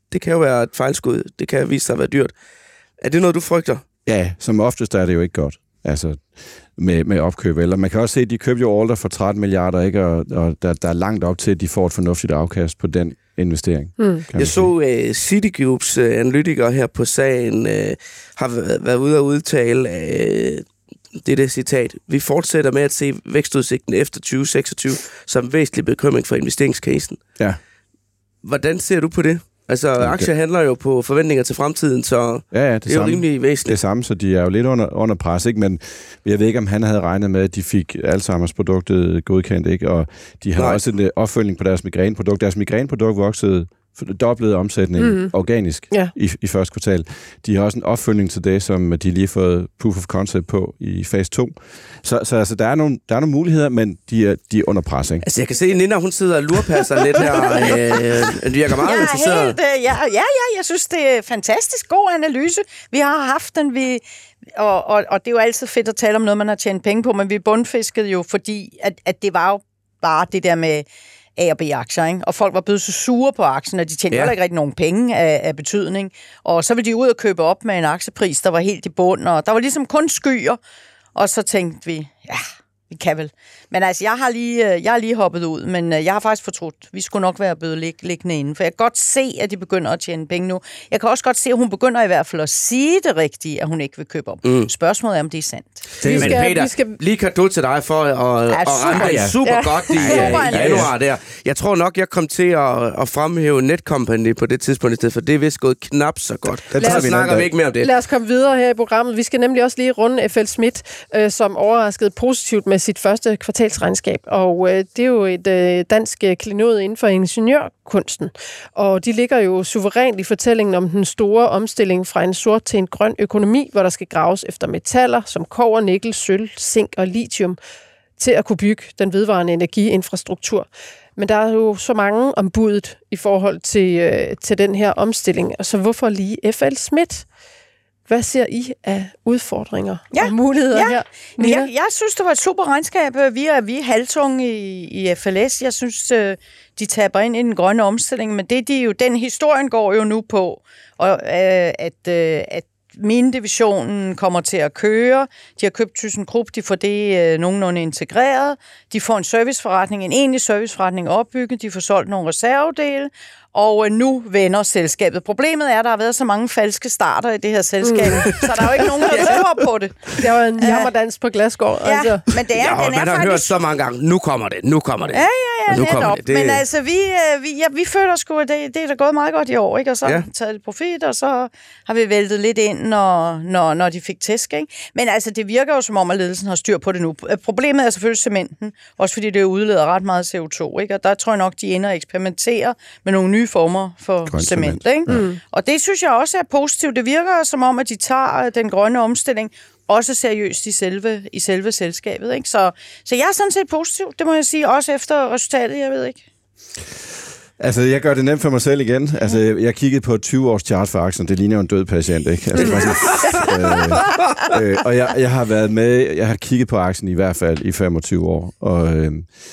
det kan jo være et fejlskud. Det kan vise sig at være dyrt. Er det noget, du frygter? Ja, som oftest er det jo ikke godt. Altså med, med opkøb. Eller man kan også se, at de købte jo Alder for tretten milliarder, ikke? Og, og der, der er langt op til, at de får et fornuftigt afkast på den investering. Mm. Jeg så uh, Citigroups uh, analytikere her på sagen uh, har været ude og udtale uh, det der citat. Vi fortsætter med at se vækstudsigten efter tyve seksogtyve som væsentlig bekymring for investeringscasen. Ja. Hvordan ser du på det? Altså, okay. Aktier handler jo på forventninger til fremtiden, så ja, ja, det, det er jo samme, rimelig væsentligt. Det samme, så de er jo lidt under, under pres, ikke? Men jeg ved ikke, om han havde regnet med, at de fik Alzheimer's-produktet godkendt, ikke? Og de har Nej. også en opfølgning på deres migræneprodukt. Deres migræneprodukt voksede doblede omsætning mm-hmm. organisk ja. i, i første kvartal. De har også en opfølgning til det, som de lige har fået proof of concept på i fase to. Så, så altså, der, er nogle, der er nogle muligheder, men de er, de er under pres, ikke? Altså, jeg kan se, at Nina, hun sidder og lurpasser lidt her. Øh, det virker meget interesseret. Helt, øh, ja, ja, ja, jeg synes, det er fantastisk god analyse. Vi har haft den, vi... Og, og, og det er jo altid fedt at tale om noget, man har tjent penge på, men vi bundfiskede jo, fordi at, at det var jo bare det der med A- og B-aktier, ikke? Og folk var blevet så sure på aktien, og de tjente ja. ikke rigtig nogen penge af, af betydning. Og så ville de ud og købe op med en aktiepris, der var helt i bund, og der var ligesom kun skyer. Og så tænkte vi, ja, vi kan vel. Men altså, jeg har lige, jeg har lige hoppet ud, men jeg har faktisk fortrudt. Vi skulle nok være blevet lig, liggende inden, for jeg kan godt se, at de begynder at tjene penge nu. Jeg kan også godt se, at hun begynder i hvert fald at sige det rigtige, at hun ikke vil købe op. Mm. Spørgsmålet er, om det er sandt. Det, men skal, Peter, skal... lige kado til dig for at, ja, at ramme det super ja. godt i, ja. i januar der. Jeg tror nok, jeg kom til at, at fremhæve Netcompany på det tidspunkt i stedet, for det er vist gået knap så godt. Det så snakker vi ikke mere om det. Lad os komme videre her i programmet. Vi skal nemlig også lige runde F L Schmidt, øh, som overraskede positivt med sit første kvartalsregnskab. Og øh, det er jo et øh, dansk klenod inden for ingeniørkunsten. Og de ligger jo suverænt i fortællingen om den store omstilling fra en sort til en grøn økonomi, hvor der skal graves efter metaller som kobber, nikkel, sølv, zink og lithium til at kunne bygge den vedvarende energiinfrastruktur. Men der er jo så mange om budet i forhold til, øh, til den her omstilling. Så hvorfor lige F L Schmidt? Hvad ser I af udfordringer ja. og muligheder ja. her? Jeg, jeg synes, det var et super regnskab. Vi er, vi er halvtunge i, i F L S. Jeg synes, de taber ind i den grønne omstilling, men det de jo, den historien går jo nu på, og, øh, at, øh, at Mine-divisionen kommer til at køre. De har købt ThyssenKrupp, de får det øh, nogenlunde integreret. De får en serviceforretning, en egentlig serviceforretning opbygget. De får solgt nogle reservedele, og øh, nu vender selskabet. Problemet er, at der har været så mange falske starter i det her selskab, mm. så der er jo ikke nogen, der tror på det. Det var en jammerdans på Glasgård. Ja, altså. men det er, ja, den er man har faktisk... hørt så mange gange, nu kommer det, nu kommer det. Ja, ja, ja, nu netop. det. Det... Men altså, vi, vi, ja, vi føler sgu, at det, det er da gået meget godt i år, ikke? Og så ja. har vi taget lidt profit, og så har vi væltet lidt ind, når, når, når de fik tæsk, ikke? Men altså, det virker jo som om, at ledelsen har styr på det nu. Problemet er selvfølgelig cementen, også fordi det udleder ret meget C O to, ikke? Og der tror jeg nok, de ender og eksperimenterer med nogle nye former for grøn cement, ikke? Ja. Mm. Og det synes jeg også er positivt. Det virker som om, at de tager den grønne omstilling også seriøst i selve, i selve selskabet, ikke? Så, så jeg er sådan set positiv, det må jeg sige, også efter resultatet, jeg ved ikke. Altså, jeg gør det nemt for mig selv igen. Altså, jeg, jeg kiggede på et tyve års chart for aktien. Det ligner jo en død patient, ikke? Altså, øh, øh, og jeg, jeg har været med, jeg har kigget på aktien i hvert fald i femogtyve år, og øh,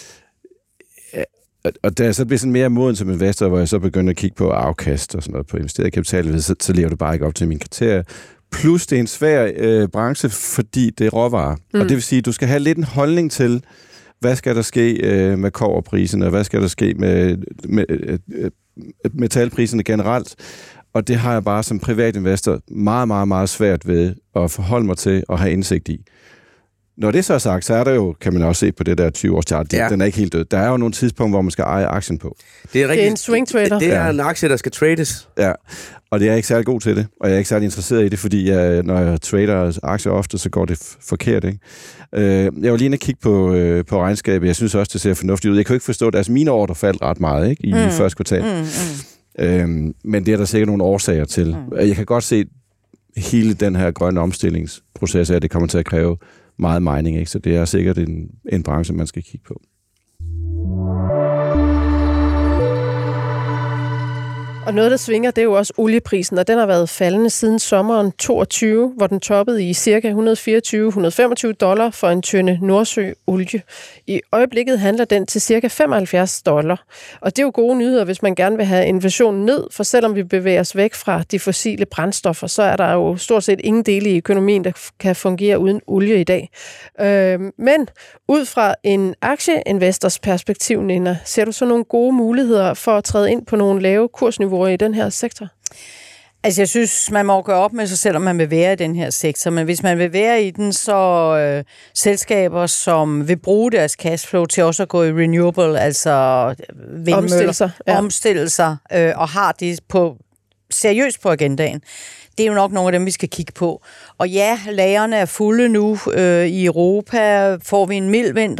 Og da jeg så blev sådan mere moden som investor, hvor jeg så begyndte at kigge på afkast og sådan noget på investeret kapital, så, så lever det bare ikke op til mine kriterier. Plus det er en svær øh, branche, fordi det er råvarer. Mm. Og det vil sige, at du skal have lidt en holdning til, hvad skal der ske øh, med kobberpriserne, og hvad skal der ske med, med øh, metalpriserne generelt. Og det har jeg bare som privatinvestor meget, meget, meget svært ved at forholde mig til og have indsigt i. Når det så er sagt, så er der jo, kan man også se på det der tyve års chart, ja. Den er ikke helt død. Der er jo nogle tidspunkter, hvor man skal eje aktien på. Det er, rigtig, det er en swing trader. Det, det er ja. en aktie, der skal trades. Ja, og det er jeg ikke særlig god til det, og jeg er ikke særlig interesseret i det, fordi jeg, når jeg trader aktier ofte, så går det f- forkert, ikke? Jeg var lige inde og kigge på, øh, på regnskabet. Jeg synes også, det ser fornuftigt ud. Jeg kan jo ikke forstå, at altså, mine ordre faldt ret meget, ikke? I mm. første kvartal. Mm, mm. Øhm, men det er der sikkert nogle årsager til. Mm. Jeg kan godt se hele den her grønne omstillingsproces, at det kommer til at kræve meget mining, ikke? Så det er sikkert en, en branche, man skal kigge på. Og noget, der svinger, det er jo også olieprisen, og den har været faldende siden sommeren toogtyve, hvor den toppede i ca. et hundrede og fireogtyve til et hundrede og femogtyve dollar for en tønde Nordsø-olie. I øjeblikket handler den til ca. femoghalvfjerds dollar. Og det er jo gode nyheder, hvis man gerne vil have inflationen ned, for selvom vi bevæger os væk fra de fossile brændstoffer, så er der jo stort set ingen dele i økonomien, der kan fungere uden olie i dag. Øh, men ud fra en aktieinvestors perspektiv, Nina, ser du så nogle gode muligheder for at træde ind på nogle lave kursniveauer i den her sektor? Altså, jeg synes, man må gøre op med sig selv, om man vil være i den her sektor. Men hvis man vil være i den, så øh, selskaber, som vil bruge deres cashflow til også at gå i renewable, altså vindmøller, omstille sig, ja. omstille sig øh, og har det på, seriøst på agendaen. Det er jo nok nogle af dem, vi skal kigge på. Og ja, lagerne er fulde nu øh, i Europa. Får vi en mild vinter?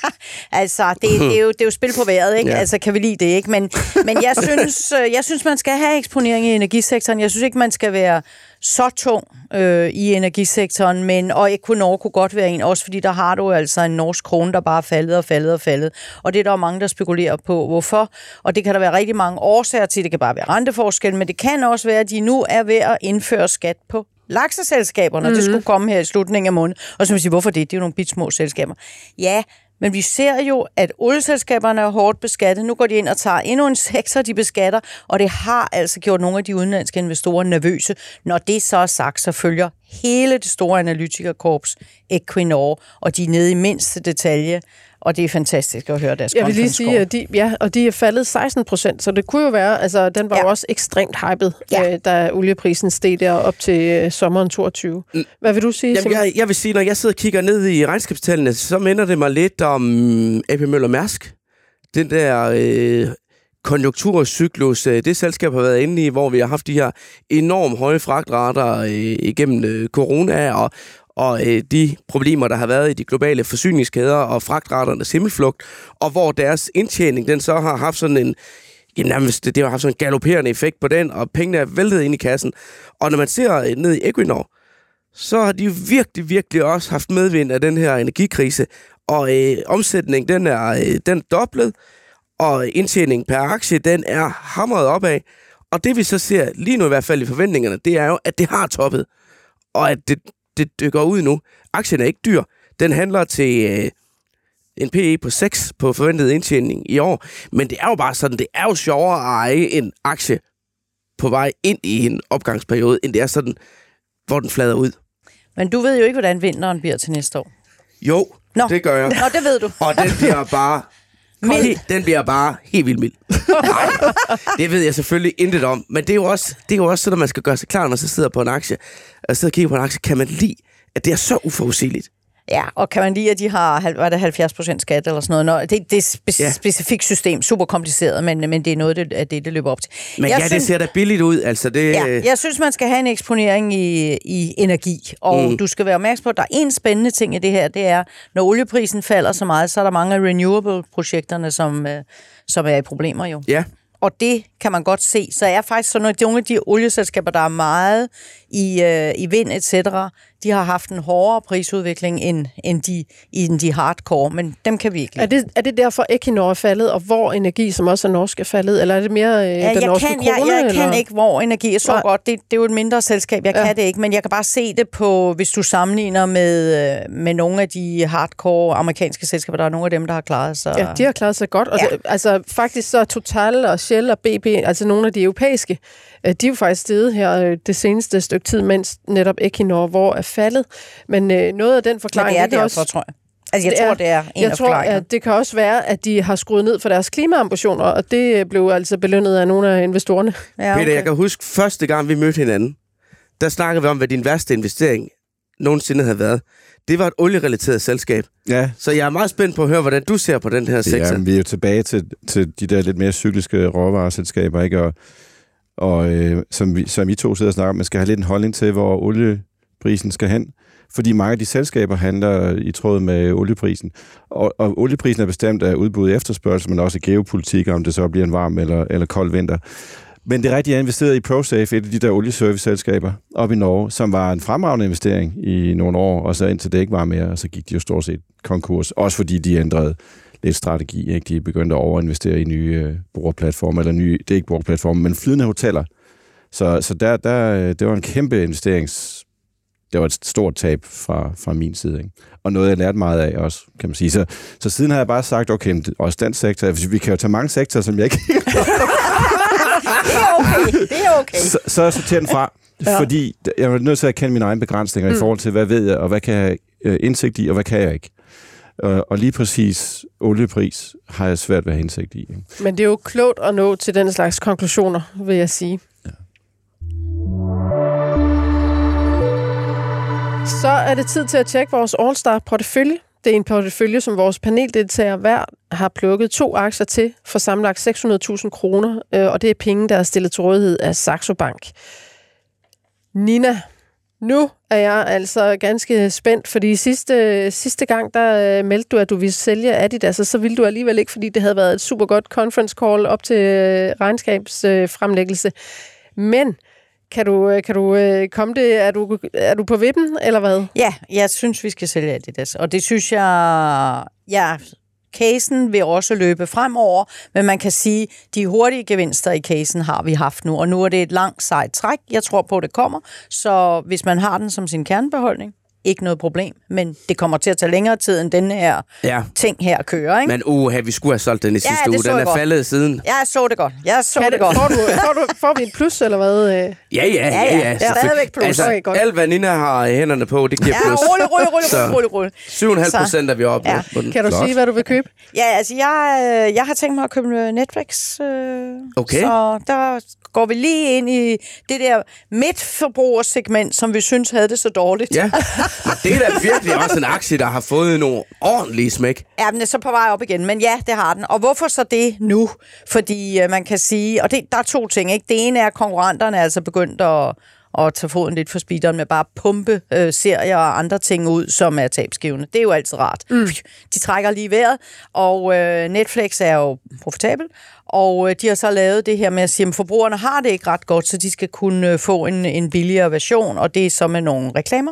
altså, det, det, er jo, det er jo spil på vejret, ikke? Ja. Altså, kan vi lide det, ikke? Men, men jeg, synes, jeg synes, man skal have eksponering i energisektoren. Jeg synes ikke, man skal være så tung øh, i energisektoren, men og Equinor kunne godt være en, også fordi der har du altså en norsk krone, der bare er faldet og faldet og faldet. Og det er der mange, der spekulerer på, hvorfor. Og det kan der være rigtig mange årsager til. Det kan bare være renteforskel, men det kan også være, at de nu er ved at indføre skat på lakseselskaberne. Mm-hmm. Det skulle komme her i slutningen af måneden. Og så vil jeg sige, hvorfor det? Det er jo nogle bitsmå selskaber. Ja, men vi ser jo, at olieselskaberne er hårdt beskattet. Nu går de ind og tager endnu en sektor, de beskatter, og det har altså gjort nogle af de udenlandske investorer nervøse. Når det så er sagt, så følger hele det store analytikerkorps Equinor, og de er nede i mindste detalje, og det er fantastisk at høre deres Jeg vil lige sige, at de, ja, og de er faldet seksten procent, så det kunne jo være, altså den var ja. jo også ekstremt hyped, ja. øh, da olieprisen steg der op til øh, sommeren toogtyve. Hvad vil du sige? Jamen, jeg, jeg vil sige, når jeg sidder og kigger ned i regnskabstallene, så minder det mig lidt om A P Møller Mærsk. Den der øh, konjunkturcyklus, øh, det selskab har været inde i, hvor vi har haft de her enormt høje fragtrater øh, igennem øh, corona, og og øh, de problemer, der har været i de globale forsyningskæder og fragtraternes himmelflugt, og hvor deres indtjening, den så har haft sådan en, jamen nærmest, det har haft sådan en galopperende effekt på den, og pengene er væltet ind i kassen. Og når man ser ned i Equinor, så har de virkelig, virkelig også haft medvind af den her energikrise, og øh, omsætningen, den er, øh, den er doblet, og indtjeningen per aktie, den er hamret opad. Og det vi så ser, lige nu i hvert fald i forventningerne, det er jo, at det har toppet, og at det det dykker ud nu. Aktien er ikke dyr. Den handler til øh, en P E på seks på forventet indtjening i år. Men det er jo bare sådan, det er jo sjovere at eje en aktie på vej ind i en opgangsperiode, end det er sådan, hvor den flader ud. Men du ved jo ikke, hvordan vinteren bliver til næste år. Jo, Nå. det gør jeg. Nå, det ved du. Og den bliver bare... Mild. Den bliver bare helt vildt mild. Nej, det ved jeg selvfølgelig intet om. Men det er jo også, det er jo også sådan, at man skal gøre sig klar, når man så sidder på en aktie. Og sidder og kigger på en aktie, kan man lide, at det er så uforudsigeligt. Ja, og kan man lide, at de har var det halvfjerds procent skat eller sådan noget? Det, det er et spe- ja. specifikt system, super kompliceret, men, men det er noget af det, det løber op til. Men jeg ja, synes, det ser da billigt ud. Altså det... ja, jeg synes, man skal have en eksponering i, i energi, og mm. du skal være opmærksom på, at der er en spændende ting i det her, det er, når olieprisen falder så meget, så er der mange af renewable-projekterne, som, som er i problemer jo. Ja. Og det kan man godt se. Så er faktisk sådan nogle af de olieselskaber, der er meget i, øh, i vind, et cetera, de har haft en hårdere prisudvikling end, end, de, end de hardcore, men dem kan vi ikke lide. Er det, er det derfor Equinor er faldet, og hvor energi, som også er norsk, er faldet? Eller er det mere øh, ja, den jeg norske kan, krone? Jeg, jeg eller? kan ikke, hvor energi er så Nej. godt. Det, det er jo et mindre selskab, jeg ja. kan det ikke, men jeg kan bare se det på, hvis du sammenligner med, med nogle af de hardcore amerikanske selskaber, der er nogle af dem, der har klaret sig. Ja, de har klaret sig godt. Og ja. det, altså faktisk så Total og Shell og B P, altså nogle af de europæiske, de er jo faktisk steget her det seneste stykke tid, mens netop Equinor, hvor er faldet. Men øh, noget af den forklaring... Men det er det derfor, også, tror jeg. Altså, jeg det tror, er, det er en jeg af tror, at det kan også være, at de har skruet ned for deres klimaambitioner, og det blev altså belønnet af nogle af investorerne. Ja, okay. Peter, jeg kan huske, første gang vi mødte hinanden, der snakkede vi om, hvad din værste investering nogensinde havde været. Det var et olierelateret selskab. Ja. Så jeg er meget spændt på at høre, hvordan du ser på den her sektor. Ja, vi er jo tilbage til, til de der lidt mere cykliske råvareselskaber, ikke? Og, og øh, som, vi, som I to sidder og snakker om, man skal have lidt en holdning til, hvor olieprisen skal hen. Fordi mange af de selskaber handler i tråd med olieprisen. Og, og olieprisen er bestemt af udbud og efterspørgsel, men også geopolitik, om det så bliver en varm eller, eller kold vinter. Men det er rigtigt, jeg investerede i ProSafe, et af de der olieservice-selskaber op i Norge, som var en fremragende investering i nogle år, og så indtil det ikke var mere, og så gik de jo stort set konkurs. Også fordi de ændrede lidt strategi. Ikke? De er begyndt at overinvestere i nye øh, brugerplatformer, eller nye, det er ikke brugerplatformer, men flydende hoteller. Så, så der, der, det var en kæmpe investerings... Det var et stort tab fra, fra min side. Ikke? Og noget, jeg lærte meget af også, kan man sige. Så, så siden har jeg bare sagt, okay, også den sektor, vi kan jo tage mange sektorer, som jeg ikke... det er okay, det er okay. Så, så jeg sorterer den fra, ja. Fordi jeg er nødt til at kende mine egne begrænsninger mm. i forhold til, hvad ved jeg, og hvad kan jeg have indsigt i, og hvad kan jeg ikke. Og, og lige præcis oliepris har jeg svært ved at have indsigt i. Ikke? Men det er jo klogt at nå til den slags konklusioner, vil jeg sige. Ja. Så er det tid til at tjekke vores All-Star-portefølje. Det er en portefølje, som vores paneldeltagere hver har plukket to aktier til for sammenlagt seks hundrede tusind kroner, og det er penge, der er stillet til rådighed af Saxo Bank. Nina, nu er jeg altså ganske spændt, fordi sidste, sidste gang, der meldte du, at du ville sælge Adidas, og så ville du alligevel ikke, fordi det havde været et super godt conference call op til regnskabsfremlæggelse. Men kan du, kan du komme det? Er du, er du på vippen, eller hvad? Ja, jeg synes, vi skal sælge Adidas, og det synes jeg... Ja, casen vil også løbe fremover, men man kan sige, de hurtige gevinster i casen har vi haft nu, og nu er det et langt sejt træk. Jeg tror på, at det kommer, så hvis man har den som sin kernebeholdning, ikke noget problem, men det kommer til at tage længere tid, end den her ja. ting her kører, ikke? Men uha, vi skulle have solgt den i sidste ja, uge. Den er godt. faldet siden. Jeg så det godt. Jeg så det, det godt. Får, du, får, du, får vi et plus, eller hvad? Ja, ja, ja. ja, ja. Stadigvæk plus. Altså, okay, alt hvad Nina har hænderne på, det giver ja, plus. Ja, rolig, rolig, rolig, rolig, rolig. syv komma fem procent er vi oppe ja. på den. Kan du Flot. sige, hvad du vil købe? Ja, altså, jeg, jeg har tænkt mig at købe Netflix. Øh, okay. Så der går vi lige ind i det der midtforbrugersegment, som vi synes havde det så dårligt. Ja, og det er da virkelig også en aktie, der har fået nogle ordentlige smæk. Ja, den er så på vej op igen, men ja, det har den. Og hvorfor så det nu? Fordi øh, man kan sige, og det, der er to ting, ikke? Det ene er, at konkurrenterne er altså begyndt at, at tage foden lidt for speederen med bare pumpe øh, serier og andre ting ud, som er tabsgivende. Det er jo altid rart. Mm. De trækker lige vejret, og øh, Netflix er jo profitabel, og øh, de har så lavet det her med at sige, at forbrugerne har det ikke ret godt, så de skal kunne øh, få en, en billigere version, og det er så med nogle reklamer.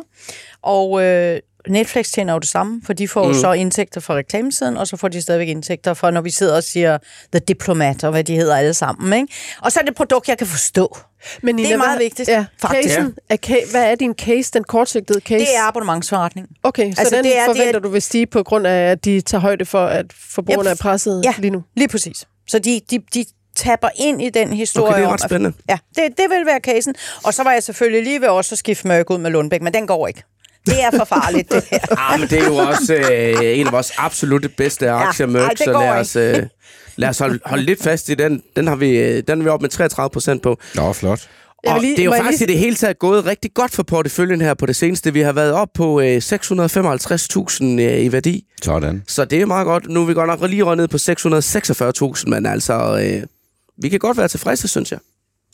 Og øh, Netflix tjener jo det samme, for de får mm. jo så indtægter fra reklamesiden, og så får de stadigvæk indtægter fra, når vi sidder og siger The Diplomat, og hvad de hedder alle sammen. Ikke? Og så er det et produkt, jeg kan forstå. Men Nina, det er meget hvad, vigtigt, ja, faktisk. Casen, er, hvad er din case, den kortsigtede case? Det er abonnementsforretning. Okay, så altså, den det er, forventer det er, du vil stige på grund af, at de tager højde for, at forbrugerne ja, er presset ja, lige nu? lige præcis. Så de, de, de tapper ind i den historie. Okay, det er ret spændende. Ja, det, det vil være casen. Og så var jeg selvfølgelig lige ved også at skifte mørk ud med Lundbæk, men den går ikke. Det er for farligt, det her. Ah, men det er jo også øh, en af vores absolutte bedste aktier, ja, Mørk, så lad os, øh, lad os holde, holde lidt fast i den. Den har vi, den er vi oppe med treogtredive procent på. Nå, flot. Og lige, det er jo faktisk lige... i det hele taget gået rigtig godt for porteføljen her på det seneste. Vi har været op på øh, seks hundrede og femoghalvtreds tusind øh, i værdi. Sådan. Så det er meget godt. Nu er vi godt nok lige røget ned på seks hundrede og seksogfyrre tusind, men altså, øh, vi kan godt være tilfredse, synes jeg.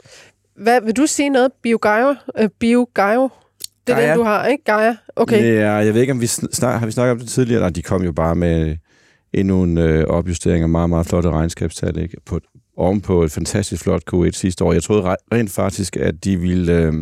Hvad, vil du sige noget? BioGaio? Uh, BioGaio? Det er Gaia. den, du har, ikke? Gaia? Okay. Ja, jeg ved ikke, om vi snak, har vi snakket om det tidligere? Nej, de kom jo bare med endnu en øh, opjustering af meget, meget flotte regnskabstal, ikke? På, ovenpå et fantastisk flot Q et sidste år. Jeg troede rent faktisk, at de ville... Øh,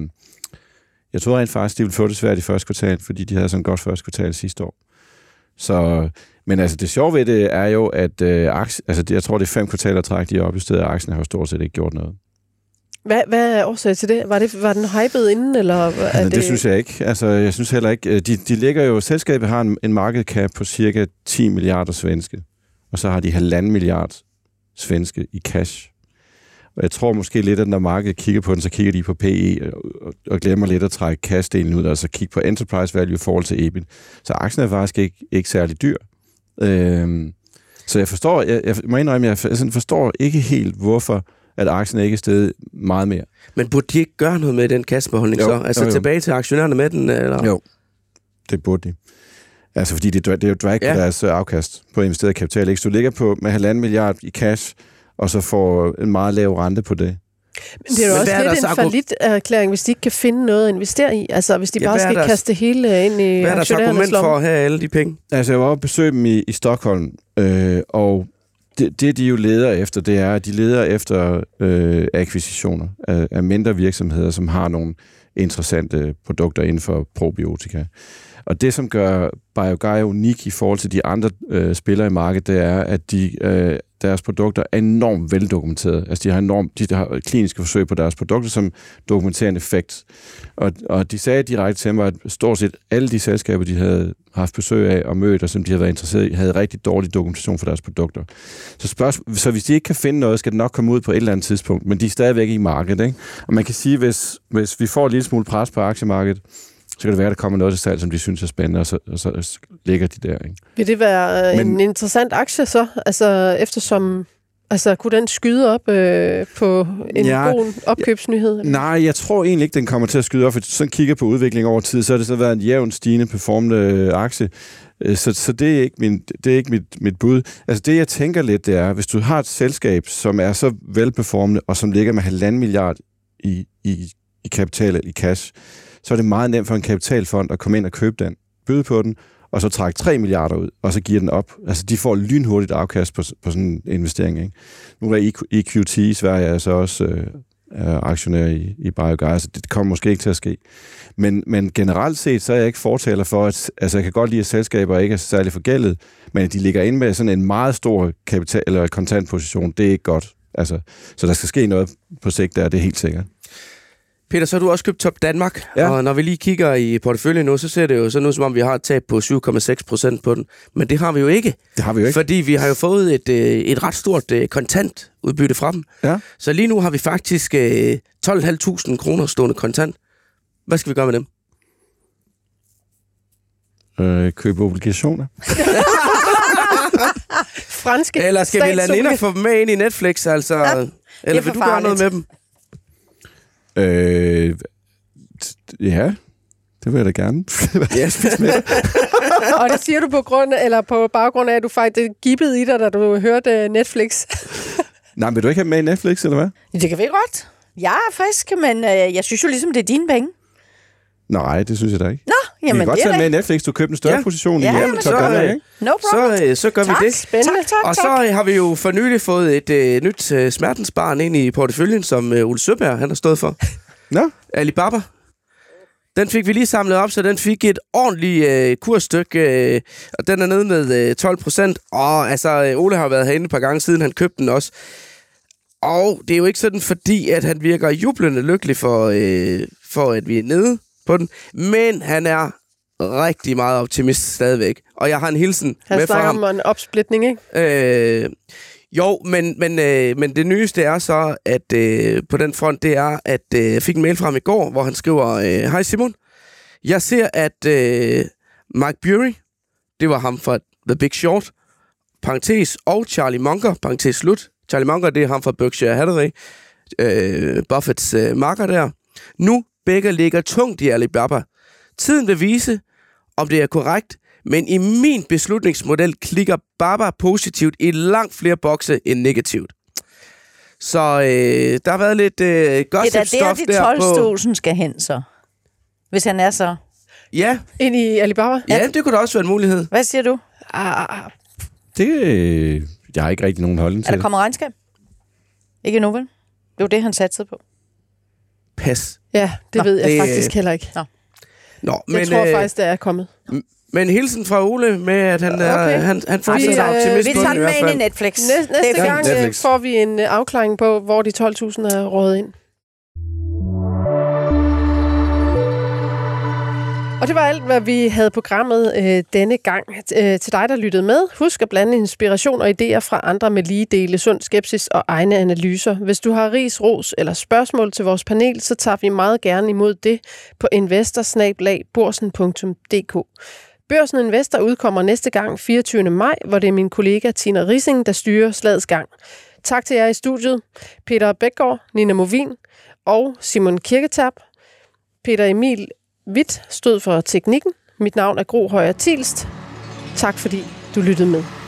jeg troede rent faktisk, de ville få det svært i første kvartal, fordi de havde sådan et godt første kvartal sidste år. Så, men altså, det sjove ved det er jo, at øh, aktie, altså, jeg tror, det er fem kvartaler træk, de er opjusteret, og aktien har jo stort set ikke gjort noget. Hvad, hvad er årsagen til det? Var, det? var den hyped inden, eller er altså, det... det... det synes jeg ikke. Altså, jeg synes heller ikke... De, de ligger jo... Selskabet har en, en market cap på cirka ti milliarder svenske, og så har de halvanden milliard svenske i cash. Og jeg tror måske lidt, at når markedet kigger på den, så kigger de på P E og, og, og glemmer lidt at trække cash-delen ud, og så kigge på enterprise value i forhold til E B I T. Så aktien er faktisk ikke, ikke særlig dyr. Øhm, så jeg forstår... Jeg, jeg må indrømme, jeg forstår ikke helt, hvorfor at aktien ikke er steget meget mere. Men burde de ikke gøre noget med den kassebeholdning så? Altså jo, jo. tilbage til aktionærerne med den? Eller? Jo, det burde de. Altså fordi det, det er jo drag på ja. deres afkast på investeret kapital. Ikke? Så du ligger på med halvanden milliard i cash, og så får en meget lav rente på det. Men det er jo også lidt en fallit-erklæring, hvis de ikke kan finde noget at investere i. Altså hvis de ja, bare skal deres, kaste det hele ind i hvad er deres argument for at have alle de penge? Altså jeg var oppe og besøge dem i, i Stockholm, øh, og Det, det, de jo leder efter, det er, at de leder efter øh, akquisitioner af, af mindre virksomheder, som har nogle interessante produkter inden for probiotika. Og det, som gør BioGaia unik i forhold til de andre øh, spillere i markedet, det er, at de, øh, deres produkter er enormt veldokumenteret. Altså, de har enormt de har kliniske forsøg på deres produkter, som dokumenterer en effekt. Og, og de sagde direkte til mig, at stort set alle de selskaber, de havde haft besøg af og mødt, og som de havde været interesseret i, havde rigtig dårlig dokumentation for deres produkter. Så, spørgsmål, så hvis de ikke kan finde noget, skal det nok komme ud på et eller andet tidspunkt, men de er stadigvæk i markedet, ikke? Og man kan sige, hvis, hvis vi får en lille smule pres på aktiemarkedet, så kan det være, at der kommer noget til salg, som de synes er spændende, og så, og så ligger de der. Ikke? Vil det være Men, en interessant aktie så? Altså, eftersom... Altså, kunne den skyde op øh, på en ja, god opkøbsnyhed? Ja, nej, jeg tror egentlig ikke, den kommer til at skyde op, for sådan kigger på udviklingen over tid, så har det så været en jævn stigende performende aktie. Så, så det er ikke, min, det er ikke mit, mit bud. Altså det, jeg tænker lidt, det er, hvis du har et selskab, som er så velperformende, og som ligger med halvanden milliard i, i, i kapital, i cash, så er det meget nemt for en kapitalfond at komme ind og købe den, byde på den, og så trække tre milliarder ud, og så giver den op. Altså, de får lynhurtigt afkast på, på sådan en investering, ikke? Nu er E Q T i Sverige altså også øh, aktionær i, i BioGaia, så det kommer måske ikke til at ske. Men, men generelt set, så er jeg ikke fortaler for, at altså, jeg kan godt lide, at selskaber ikke er særlig forgældet, men at de ligger inde med sådan en meget stor kapital- eller kontantposition, det er ikke godt. Altså, så der skal ske noget på sigt der, det er helt sikkert. Peter, så har du også købt Top Danmark, ja. Og når vi lige kigger i porteføljen nu, så ser det jo sådan ud, som om vi har et tab på syv komma seks procent på den. Men det har vi jo ikke. Det har vi jo ikke. Fordi vi har jo fået et, et ret stort kontant udbytte fra dem. Ja. Så lige nu har vi faktisk tolv tusind fem hundrede kroner stående kontant. Hvad skal vi gøre med dem? Øh, købe obligationer. Franske Eller skal vi lade ind og få dem med ind i Netflix, altså? Ja, eller vil du gøre noget med dem? Øh, ja, det vil jeg da gerne. Og det siger du på grund eller på baggrund af, at du faktisk gibbede i dig, da du hørte Netflix. Nej, men vil du ikke have med i Netflix, eller hvad? Det kan vi godt. Ja, faktisk, men øh, jeg synes jo ligesom, det er dine penge. Nej, det synes jeg da ikke. Nå, jamen vi kan godt det tage er med i Netflix, du købte en større ja. position ja, i jamen, Top Danmark, ikke? No problem. Så, så gør tak, vi det. Spændende. Tak, tak, og tak. så har vi jo for nylig fået et øh, nyt øh, smertensbarn ind i porteføljen, som øh, Ole Søberg, han har stået for. Nå? Alibaba. Den fik vi lige samlet op, så den fik et ordentligt øh, kursstykke, øh, og den er nede med øh, tolv procent. Og altså, Ole har været herinde et par gange siden, han købte den også. Og det er jo ikke sådan, fordi at han virker jublende lykkelig for, øh, for at vi er nede på den. Men han er rigtig meget optimist stadigvæk. Og jeg har en hilsen han med fra ham. Han snakker om en opsplitning, ikke? Øh, jo, men, men, øh, men det nyeste er så, at øh, på den front, det er, at øh, jeg fik en mail fra ham i går, hvor han skriver, øh, hej Simon, jeg ser, at øh, Mike Burry, det var ham fra The Big Short, parentes, og Charlie Munger, parentes slut. Charlie Munger, det er ham fra Berkshire Hathaway, øh, Buffetts øh, marker der. Nu begge ligger tungt i Alibaba. Tiden vil vise, om det er korrekt, men i min beslutningsmodel klikker Baba positivt i langt flere bokse end negativt. Så øh, der har været lidt øh, gossip-stof der. Det er der, de tolv tusind skal hen, så. Hvis han er så. Ja. Ind i Alibaba? Ja, det kunne da også være en mulighed. Hvad siger du? Ah, det, øh, jeg har ikke rigtig nogen holdning til Er der kommet regnskab? Ikke endnu, vel? Det var det, han satte på. Pas. Ja, det Nå, ved jeg det, faktisk heller ikke. Nå. Nå, jeg men, tror øh, faktisk, det er kommet. Men hilsen fra Ole med, at han, er, okay. han, han fortsætter vi, optimist øh, på den i hvert fald. Vi tager den med ind i Netflix. Næste, næste gang Netflix. Får vi en afklaring på, hvor de tolv tusind er rådet ind. Og det var alt, hvad vi havde programmet øh, denne gang. Øh, til dig, der lyttede med, husk at blande inspiration og idéer fra andre med lige dele, sund skepsis og egne analyser. Hvis du har ris, ros eller spørgsmål til vores panel, så tager vi meget gerne imod det på investor bindestreg borsen punktum d k. Børsen Investor udkommer næste gang fireogtyvende maj, hvor det er min kollega Tina Rising, der styrer slagets gang. Tak til jer i studiet. Peter Bækgaard, Nina Movin og Simon Kirketab. Peter Emil Hvidt stod for teknikken. Mit navn er Gro Højer Tilst. Tak fordi du lyttede med.